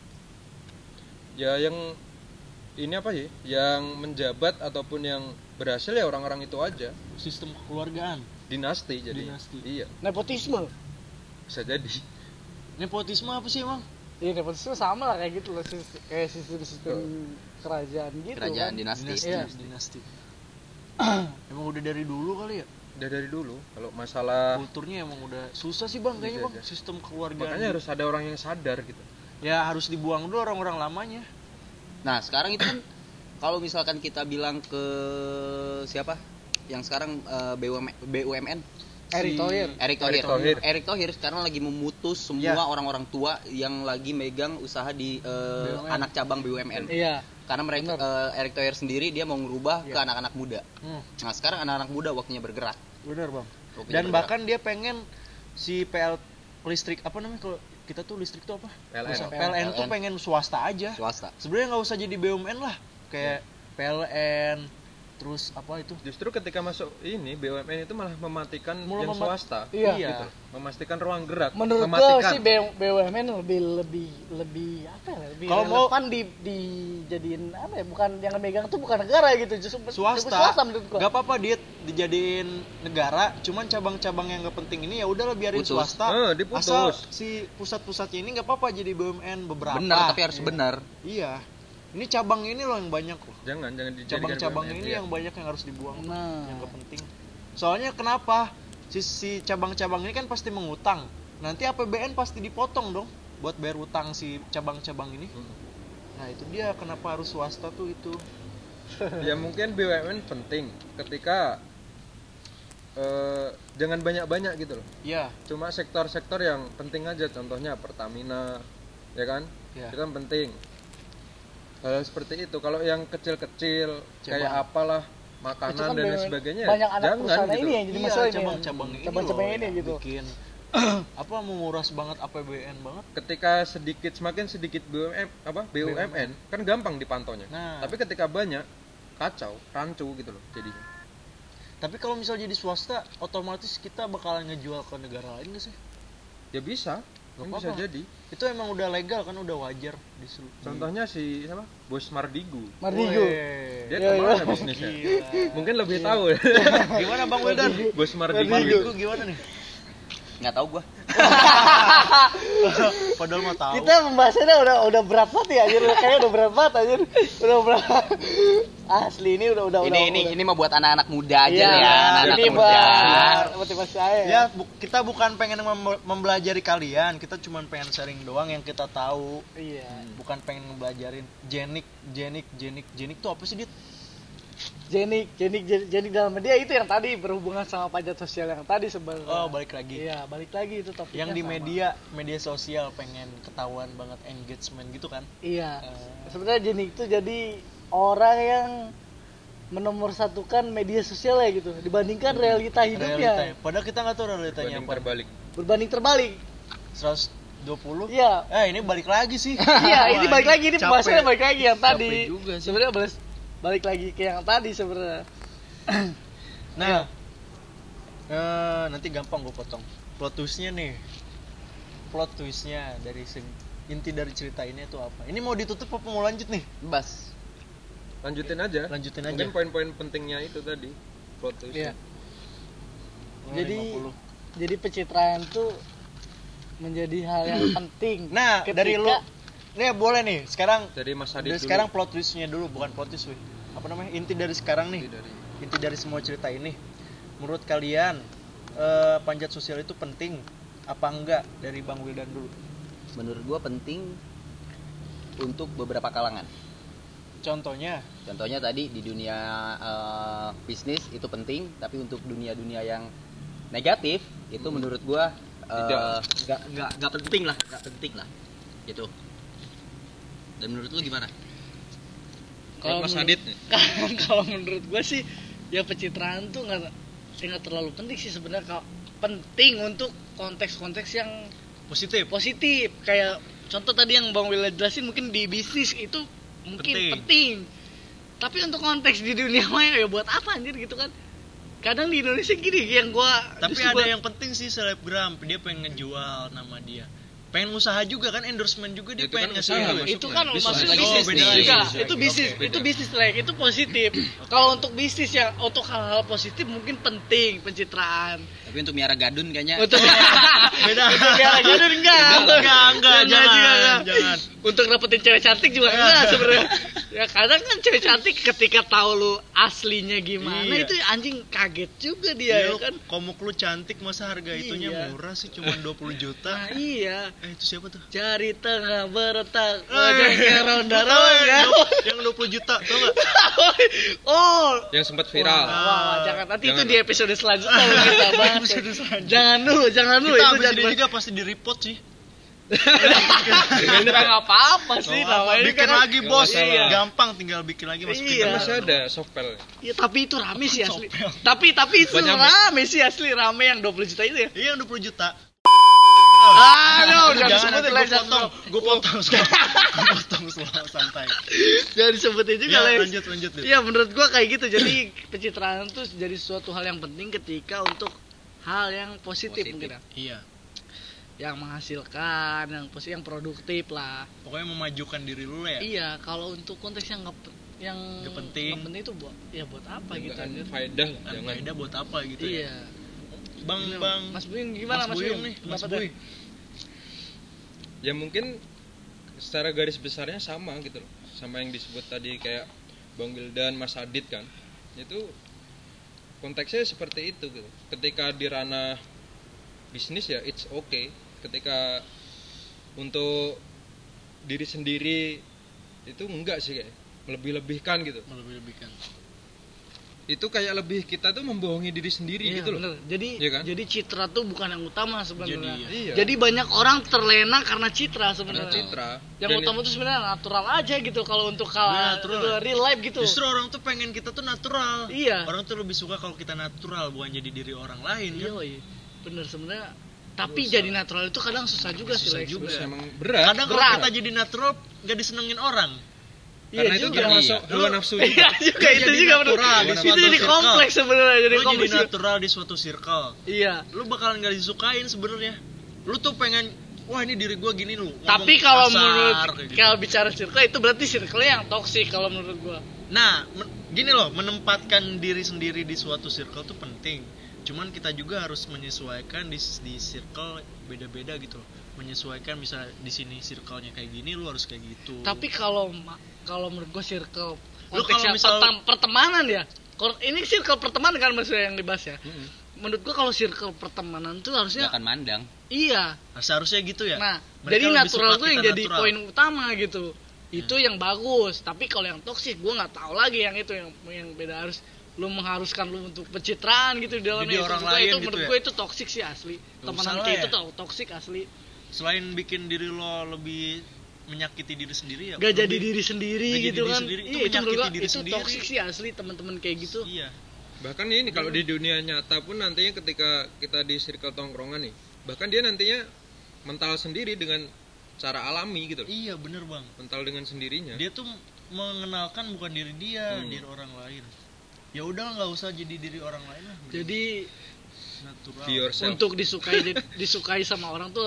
Ya yang ini apa sih? Yang menjabat ataupun yang berhasil ya orang-orang itu aja. Sistem kekeluargaan, Dinasti jadi. Dinasti. Iya, Nepotisme. bisa jadi. nepotisme apa sih emang? Iya, nepotisme sama lah kayak gitu loh, kayak sistem kerajaan gitu Kerajaan kan. dinasti. Iya. Dinasti. Emang udah dari dulu kali ya? Udah dari dulu kalau masalah Kulturnya emang udah susah sih bang kayaknya bang, Dijajah. sistem keluargaan. makanya harus ada orang yang sadar gitu. Ya harus dibuang dulu orang-orang lamanya. Nah, sekarang itu kan kalau misalkan kita bilang ke siapa? Yang sekarang BUMN Erick Thohir. Erick Thohir sekarang lagi memutus semua Ya. orang-orang tua yang lagi megang usaha di BUMN. anak cabang BUMN. Iya. Karena mereka Erick Thohir sendiri dia mau ngerubah ke anak-anak muda. Nah, sekarang anak-anak muda waktunya bergerak. Bener bang. Waktunya Dan bergerak. bahkan dia pengen si PL listrik apa namanya kalau kita tuh listrik tuh apa? PLN. Usaha PLN tuh pengen swasta aja. swasta. Sebenarnya nggak usah jadi BUMN lah, kayak PLN, terus apa itu? Justru ketika masuk ini BUMN itu malah mematikan Mulai yang swasta. Iya. Gitu. Memastikan ruang gerak. Menurut gua mematikan. sih BUMN lebih apa ya? Lebih Kalau mau- relevan dijadiin apa ya? Bukan yang megang tuh bukan negara gitu, justru Swasta, menurut gua. nggak apa-apa dia dijadiin negara, cuman cabang-cabang yang nggak penting ini ya udahlah biarin Putus. swasta. Diputus. Asal si pusat-pusatnya ini nggak apa-apa jadi BUMN beberapa. Benar, tapi harus Iya. benar. Iya. Ini cabang ini loh yang banyak loh. Jangan dijadikan Cabang-cabang BUMN, ini iya. yang banyak yang harus dibuang, Nah. yang nggak penting. Soalnya kenapa? Si cabang-cabang ini kan pasti mengutang. Nanti APBN pasti dipotong dong buat bayar utang si cabang-cabang ini. Nah itu dia kenapa harus swasta tuh itu. Ya mungkin BUMN penting ketika jangan banyak-banyak gitu loh. Iya. Cuma sektor-sektor yang penting aja, contohnya Pertamina, ya kan? Iya. Itu kan penting. Hal seperti itu. Kalau yang kecil-kecil kayak Cabang. apalah Itu makanan kan dan lain BUMN sebagainya, banyak anak jangan perusahaan gitu. ini yang jadi Iya, masalah ini. cabang-cabang ini Cabang-cabang loh ini yang gitu. bikin apa menguras banget APBN banget. Ketika semakin sedikit BUMN kan gampang dipantaunya. Nah. Tapi ketika banyak kacau, rancu gitu loh jadinya. Tapi kalau misal jadi swasta, otomatis kita bakalan ngejual ke negara lain nggak sih? Ya bisa, Nggak bisa apa-apa. jadi. Itu emang udah legal kan, udah wajar di Contohnya si siapa? Bos Mardigu. Mardigo. Weh. Dia Iya, kemana iya. bisnisnya? Gila. Mungkin lebih tahu. Gimana Bang Wildan? Bos Mardigu. Mardigu gimana nih? Nggak tahu gua. Padahal mah tahu. Kita pembahasannya udah berat banget ya anjir, kayaknya udah berat banget anjir. Udah berat. Asli ini udah Ini mah buat anak-anak muda aja Iya, ya, anak-anak ini muda. buat motivasi saya. Ya, kita bukan pengen mempelajari kalian, kita cuma pengen sharing doang yang kita tahu. Iya. Bukan pengen ngebelajarin jenik tuh apa sih, Dit? Jenik dalam media itu yang tadi berhubungan sama pajak sosial yang tadi sebenarnya. Oh, balik lagi. Iya, balik lagi itu topiknya. Yang di sama. media sosial pengen ketahuan banget engagement gitu kan. Iya. Sebenarnya Jenik itu jadi orang yang menomorsatukan media sosial ya gitu dibandingkan realita hidupnya. Padahal kita nggak tahu realitanya Banding apa. terbalik. Berbanding terbalik. 120. Iya. Ini balik lagi sih. Iya, ini Wah, balik lagi, ini capek. pembahasannya balik lagi yang tadi. Capek juga sih. Sebenarnya balik lagi ke yang tadi sebenarnya. Nah, nanti gampang gue potong. Plot twist-nya nih. plot twistnya dari inti dari cerita ini itu apa? Ini mau ditutup apa mau lanjut nih? Bas. Lanjutin aja. Mungkin poin-poin pentingnya itu tadi. Plot twist. Iya. Oh, Jadi 50. jadi pencitraan tuh menjadi hal yang penting. Nah, dari lu nih boleh nih sekarang Dari Mas Adit dari dulu. sekarang plot twistnya dulu, bukan plot twist weh. Apa namanya? Inti dari sekarang nih. Dari Inti dari semua cerita ini. Menurut kalian panjat sosial itu penting apa enggak? Dari Bang Wildan dulu. Menurut gua penting untuk beberapa kalangan. Contohnya Contohnya tadi di dunia bisnis itu penting, tapi untuk dunia-dunia yang negatif itu menurut gua nggak penting lah, gitu. Dan menurut lu gimana? Kalau Mas Adit nih. Kalau menurut gue sih ya pencitraan tuh nggak terlalu penting sih sebenarnya. Penting untuk konteks-konteks yang positif kayak contoh tadi yang Bang Willa jelasin, mungkin di bisnis itu mungkin penting. Tapi untuk konteks di dunia maya ya buat apa anjir gitu kan. Kadang di Indonesia gini yang tapi ada yang penting sih, selebgram dia pengen ngejual nama dia, pengen usaha juga kan, endorsement juga dia Itu pengen kan ngasih usaha, duit. itu kan Bisnis. maksudnya Oh, bisnis beda nih. lagi. Enggak, Beda itu lagi. bisnis, Oke, itu beda. bisnis like, itu positif. Kalau untuk bisnis ya, untuk hal-hal positif mungkin penting pencitraan. Tapi untuk miara gadun kayaknya Untuk Beda. untuk biar gadun enggak, Jangan. Untuk dapetin cewek cantik juga enggak sebenarnya. Ya kadang kan cewek cantik ketika tahu lu aslinya gimana Iya. itu anjing kaget juga dia ya kan. Komuk lu cantik, masa harga itunya Iya. murah sih, cuma 20 juta. Nah, iya. Itu siapa tuh? Jari tengah beretak, Eh, wajahnya ronda lu tau ronda. yang 20 juta, tau gak? Oh, Yang sempat viral. wah, jangan nanti Jangan. itu di episode selanjutnya kalau kita bahas. Episode selanjutnya. Jangan dulu Kita itu abis jadi ini juga pasti di report sih. nggak apa-apa sih namanya Bikin kan. lagi bos, Iya. gampang tinggal bikin lagi masukin. Iya. Kan masih ada software. Iya, tapi itu rame sih asli. Sopel. Tapi itu Banyak, rame sih asli, rame yang 20 juta itu ya. Iya, yang 20 juta. Jangan nanti disebutin lah, gue potong semua. Gue potong semua, santai. Jangan disebutin juga lah. Ya, lanjut. Dit. Iya, menurut gua kayak gitu. Jadi pencitraan tuh jadi suatu hal yang penting ketika untuk hal yang positif. Mungkin ya. Iya. Yang menghasilkan, yang produktif lah. Pokoknya memajukan diri lu lah ya. Iya, kalau untuk konteks yang Nggak penting. nggak penting itu buat apa gitu Enggak anjir. faedah, Kan jangan. faedah buat apa gitu ya. Iya. Bang Mas Buyung gimana Mas Buyung Buyung? nih, Mas Pendapat Buy. Ya mungkin secara garis besarnya sama gitu loh. Sama yang disebut tadi kayak Bang Wildan, Mas Adit kan. Itu konteksnya seperti itu gitu. Ketika di ranah bisnis ya it's okay. Ketika untuk diri sendiri itu enggak sih kayak melebih-lebihkan gitu. Melebih-lebihkan. Itu kayak lebih kita tuh membohongi diri sendiri Iya, gitu loh. bener. Jadi Iya kan? jadi citra tuh bukan yang utama sebenarnya. Jadi, iya. Jadi banyak orang terlena karena citra Karena sebenarnya. citra. Yang Dan utama tuh sebenarnya natural aja gitu kalau untuk Iya, natural. itu real life gitu. Justru orang tuh pengen kita tuh natural. Iya. Orang tuh lebih suka kalau kita natural, bukan jadi diri orang lain Iya, kan. iya. Bener sebenarnya. Tapi Susah. jadi natural itu kadang susah juga sih. Susah Lex, juga. terus sebenarnya. emang berat. Kadang kalau Berat. kita jadi natural nggak disenengin orang. Karena Iya itu juga. termasuk Iya. hawa nafsu Iya juga. juga itu Jadi juga bener. natural di Itu suatu jadi circle. kompleks sebenarnya, jadi Lu jadi kompleks. natural di suatu circle. Iya. Lu bakalan gak disukain sebenarnya. Lu tuh pengen, wah ini diri gua gini lu. Tapi ngomong kalau kasar, menurut kayak gitu. kalau bicara circle itu berarti circle yang toksik kalau menurut gua. Nah, gini loh, menempatkan diri sendiri di suatu circle tuh penting. Cuman kita juga harus menyesuaikan di circle beda-beda gitu loh. Menyesuaikan misalnya di sini circle-nya kayak gini, lu harus kayak gitu. Tapi kalau menurut gua circle Lu konteksnya kalau misal- pertemanan ya. Ini circle pertemanan kan maksudnya yang dibahas ya. Mm-mm. Menurut gua kalau circle pertemanan tuh nggak harusnya akan mandang. iya. Nah, seharusnya gitu ya. Nah, Mereka jadi lebih natural suka tuh yang kita jadi natural. poin utama gitu. Itu yang bagus. Tapi kalau yang toksik gua nggak tahu lagi yang itu yang beda, harus lu mengharuskan lu untuk pencitraan gitu di dalamnya. Jadi Itu orang menurut gua lain itu gitu menurut ya? gua itu toksik sih asli. Gak Temenan usah kayak lah itu ya. tuh toksik asli. Selain bikin diri lo lebih menyakiti diri sendiri ya. Gak jadi lebih- diri sendiri Gak jadi gitu diri kan. sendiri, itu Iya, itu menurut menyakiti gua diri itu sendiri. toksik sih asli teman-teman kayak gitu. Iya. Bahkan ini kalau di dunia nyata pun nantinya ketika kita di circle tongkrongan nih, bahkan dia nantinya mental sendiri dengan cara alami gitu loh. Iya, bener Bang. Mental dengan sendirinya. Dia tuh mengenalkan bukan diri dia, Hmm. diri orang lain. Ya udah nggak usah jadi diri orang lain lah. Jadi natural. Be yourself. untuk disukai sama orang tuh harus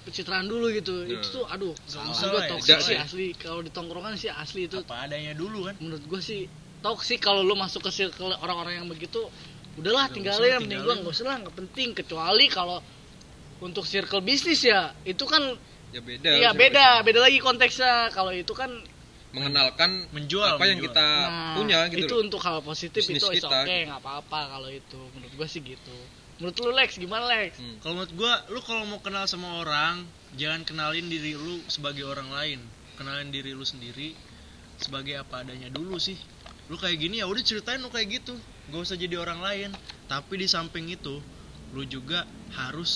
pencitraan dulu gitu. Nah. Itu tuh aduh, Salah salah gue ya, toksik salah sih ya. asli. Kalau di tongkrongan sih asli itu. Apa adanya dulu kan. Menurut gue sih toksik kalau lu masuk ke circle orang-orang yang begitu. Udahlah Nggak tinggalin, usah, mending gue tinggalin. nggak usah lah, nggak penting. Kecuali kalau untuk circle bisnis ya, itu kan Ya beda. iya beda lagi konteksnya. Kalau itu kan Mengenalkan Menjual, apa yang menjual. kita punya gitu itu loh. untuk hal positif Bisnis itu is kita, oke, gitu. nggak apa-apa kalau itu. Menurut gue sih gitu. Menurut lu Lex gimana Lex? Kalau menurut gua, lu kalau mau kenal sama orang, jangan kenalin diri lu sebagai orang lain. Kenalin diri lu sendiri sebagai apa adanya dulu sih. Lu kayak gini ya udah ceritain lu kayak gitu. Gak usah jadi orang lain. Tapi di samping itu, lu juga harus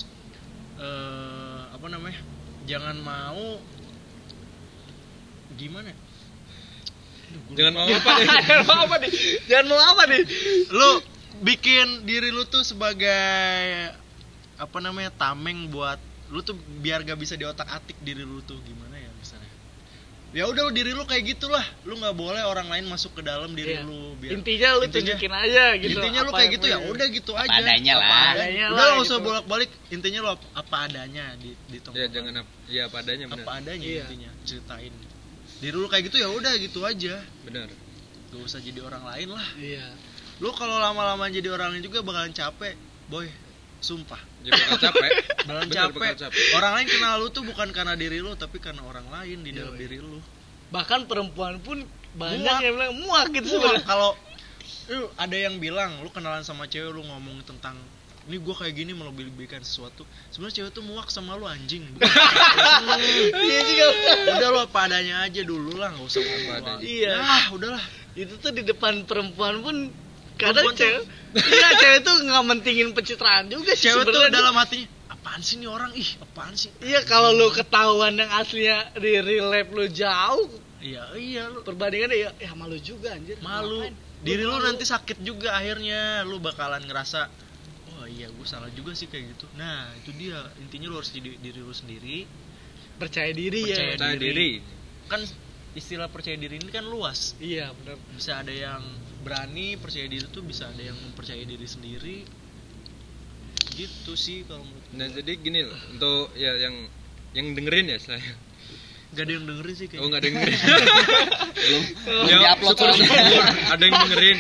jangan mau gimana? Jangan mau apa deh. Jangan mau apa nih? Jangan mau apa nih? Lu bikin diri lu tuh sebagai tameng buat lu tuh biar gak bisa diotak-atik diri lu tuh gimana ya misalnya. Ya udah diri lu kayak gitulah, lu nggak boleh orang lain masuk ke dalam diri Iya. lu biar Intinya lu tunjukin aja gitu. intinya lu apa kayak yang gitu ya lu- udah gitu Apa aja. adanya lah. Adanya Udah lah nggak usah gitu. bolak-balik, intinya lu apa adanya di Ya tongkrongan. jangan ya padanya benar. apa adanya Iya. intinya ceritain. Diri lu kayak gitu ya udah gitu aja. Benar. Gak usah jadi orang lain lah. Iya. Lu kalau lama-lama jadi orang lain juga bakalan capek, boy. Sumpah. Ya bakal capek. Bakalan Benar, capek. bakal capek. Orang lain kenal lu tuh bukan karena diri lu, tapi karena orang lain di Iya, dalam iya. diri lu. Bahkan perempuan pun banyak Muak. yang bilang muak gitu Semua sebenarnya. kalau ada yang bilang lu kenalan sama cewek lu ngomong tentang ini gue kayak gini melebih-lebihkan sesuatu, sebenarnya cewek tuh muak sama lu anjing. Iya juga. Udah lu apa adanya aja dulu lah, nggak usah ngomong adanya. Iya. Ah udahlah. Itu tuh di depan perempuan pun kadang Perempuan tuh- cewek tuh nggak mentingin pencitraan juga sih Cewek tuh sebenarnya. dalam hatinya apaan sih nih orang, ih apaan sih. Iya, kalau lu ketahuan yang aslinya di real life lu jauh, Iya lu perbandingannya ya malu juga anjir. malu. Ngapain? Diri lu malu. nanti sakit juga akhirnya. Lu bakalan ngerasa oh iya gue salah juga sih kayak gitu. Nah itu dia, intinya lu harus jadi diri lu sendiri. percaya diri Percaya ya. Percaya diri. Kan istilah percaya diri ini kan luas. Iya, benar. Bisa ada yang berani percaya diri tuh, bisa ada yang mempercayai diri sendiri. Gitu sih kalau menurut Nah, gua. jadi gini loh, untuk ya yang dengerin ya saya. Gak ada yang dengerin sih kayaknya. Oh, enggak dengerin. Belum Ya, diupload soalnya. syukur-syukur ada yang dengerin.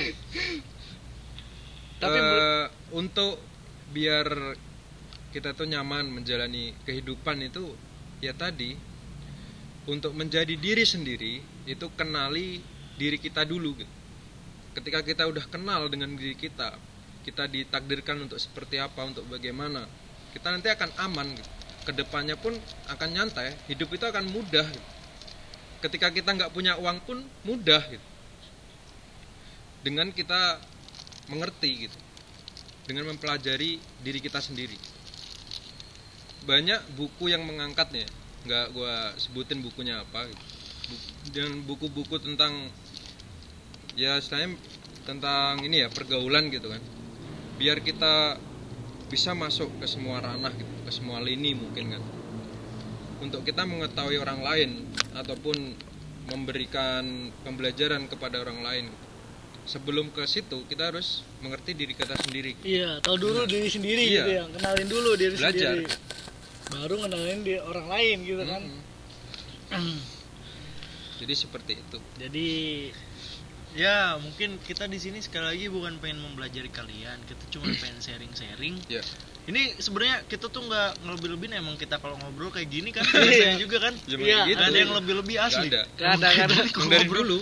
Tapi Untuk biar kita tuh nyaman menjalani kehidupan itu ya tadi, untuk menjadi diri sendiri itu kenali diri kita dulu gitu. Ketika kita udah kenal dengan diri kita ditakdirkan untuk seperti apa, untuk bagaimana, kita nanti akan aman gitu. Kedepannya pun akan nyantai, hidup itu akan mudah gitu. Ketika kita nggak punya uang pun mudah gitu, dengan kita mengerti gitu, dengan mempelajari diri kita sendiri. Banyak buku yang mengangkatnya, nggak gua sebutin bukunya apa gitu. Dan buku-buku tentang ya istilahnya tentang ini ya, pergaulan gitu kan, biar kita bisa masuk ke semua ranah gitu, ke semua lini mungkin kan, untuk kita mengetahui orang lain ataupun memberikan pembelajaran kepada orang lain. Sebelum ke situ kita harus mengerti diri kita sendiri. iya, tahu dulu diri sendiri Iya. gitu ya. Kenalin dulu diri Belajar. sendiri. Baru kenalin di orang lain gitu kan. Mm-mm. Jadi seperti itu. Jadi Ya mungkin kita di sini sekali lagi bukan pengen mempelajari kalian, kita cuma pengen sharing-sharing. Ya. Ini sebenarnya kita tuh nggak ngelebih-lebihin, emang kita kalau ngobrol kayak gini kan Iya. biasanya juga kan. Ya, Iya. gitu. Nggak ada yang lebih-lebih asli. Nggak ada. kadang-kadang Emang dari dulu.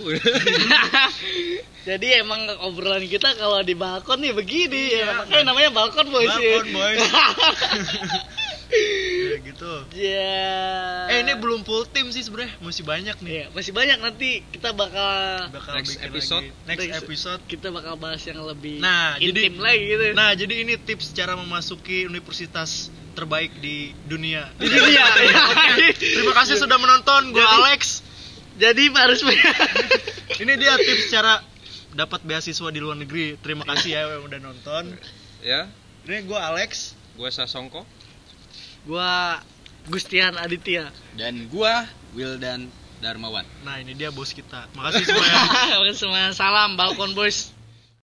jadi emang obrolan kita kalau di balkon nih begini Iya. ya. Makanya namanya balkon boys. Balkon boys. Ya gitu. Ya. Ini belum full tim sih sebenarnya, masih banyak nih. Iya, masih banyak nanti kita bakal Next bikin episode. lagi. Next episode. kita bakal bahas yang lebih Nah, intim jadi lagi gitu. Nah, jadi ini tips cara memasuki universitas terbaik di dunia. Di dunia. Terima kasih sudah menonton. Gue Jadi- Alex. Jadi harus Ini dia tips cara dapat beasiswa di luar negeri. Terima kasih ya yang udah nonton. Ya, Ini gue Alex. gua Sasongko. gua Gustian Aditya. Dan gua Wildan Darmawan. Nah, ini dia bos kita. Makasih semuanya. Semua salam balkon boys.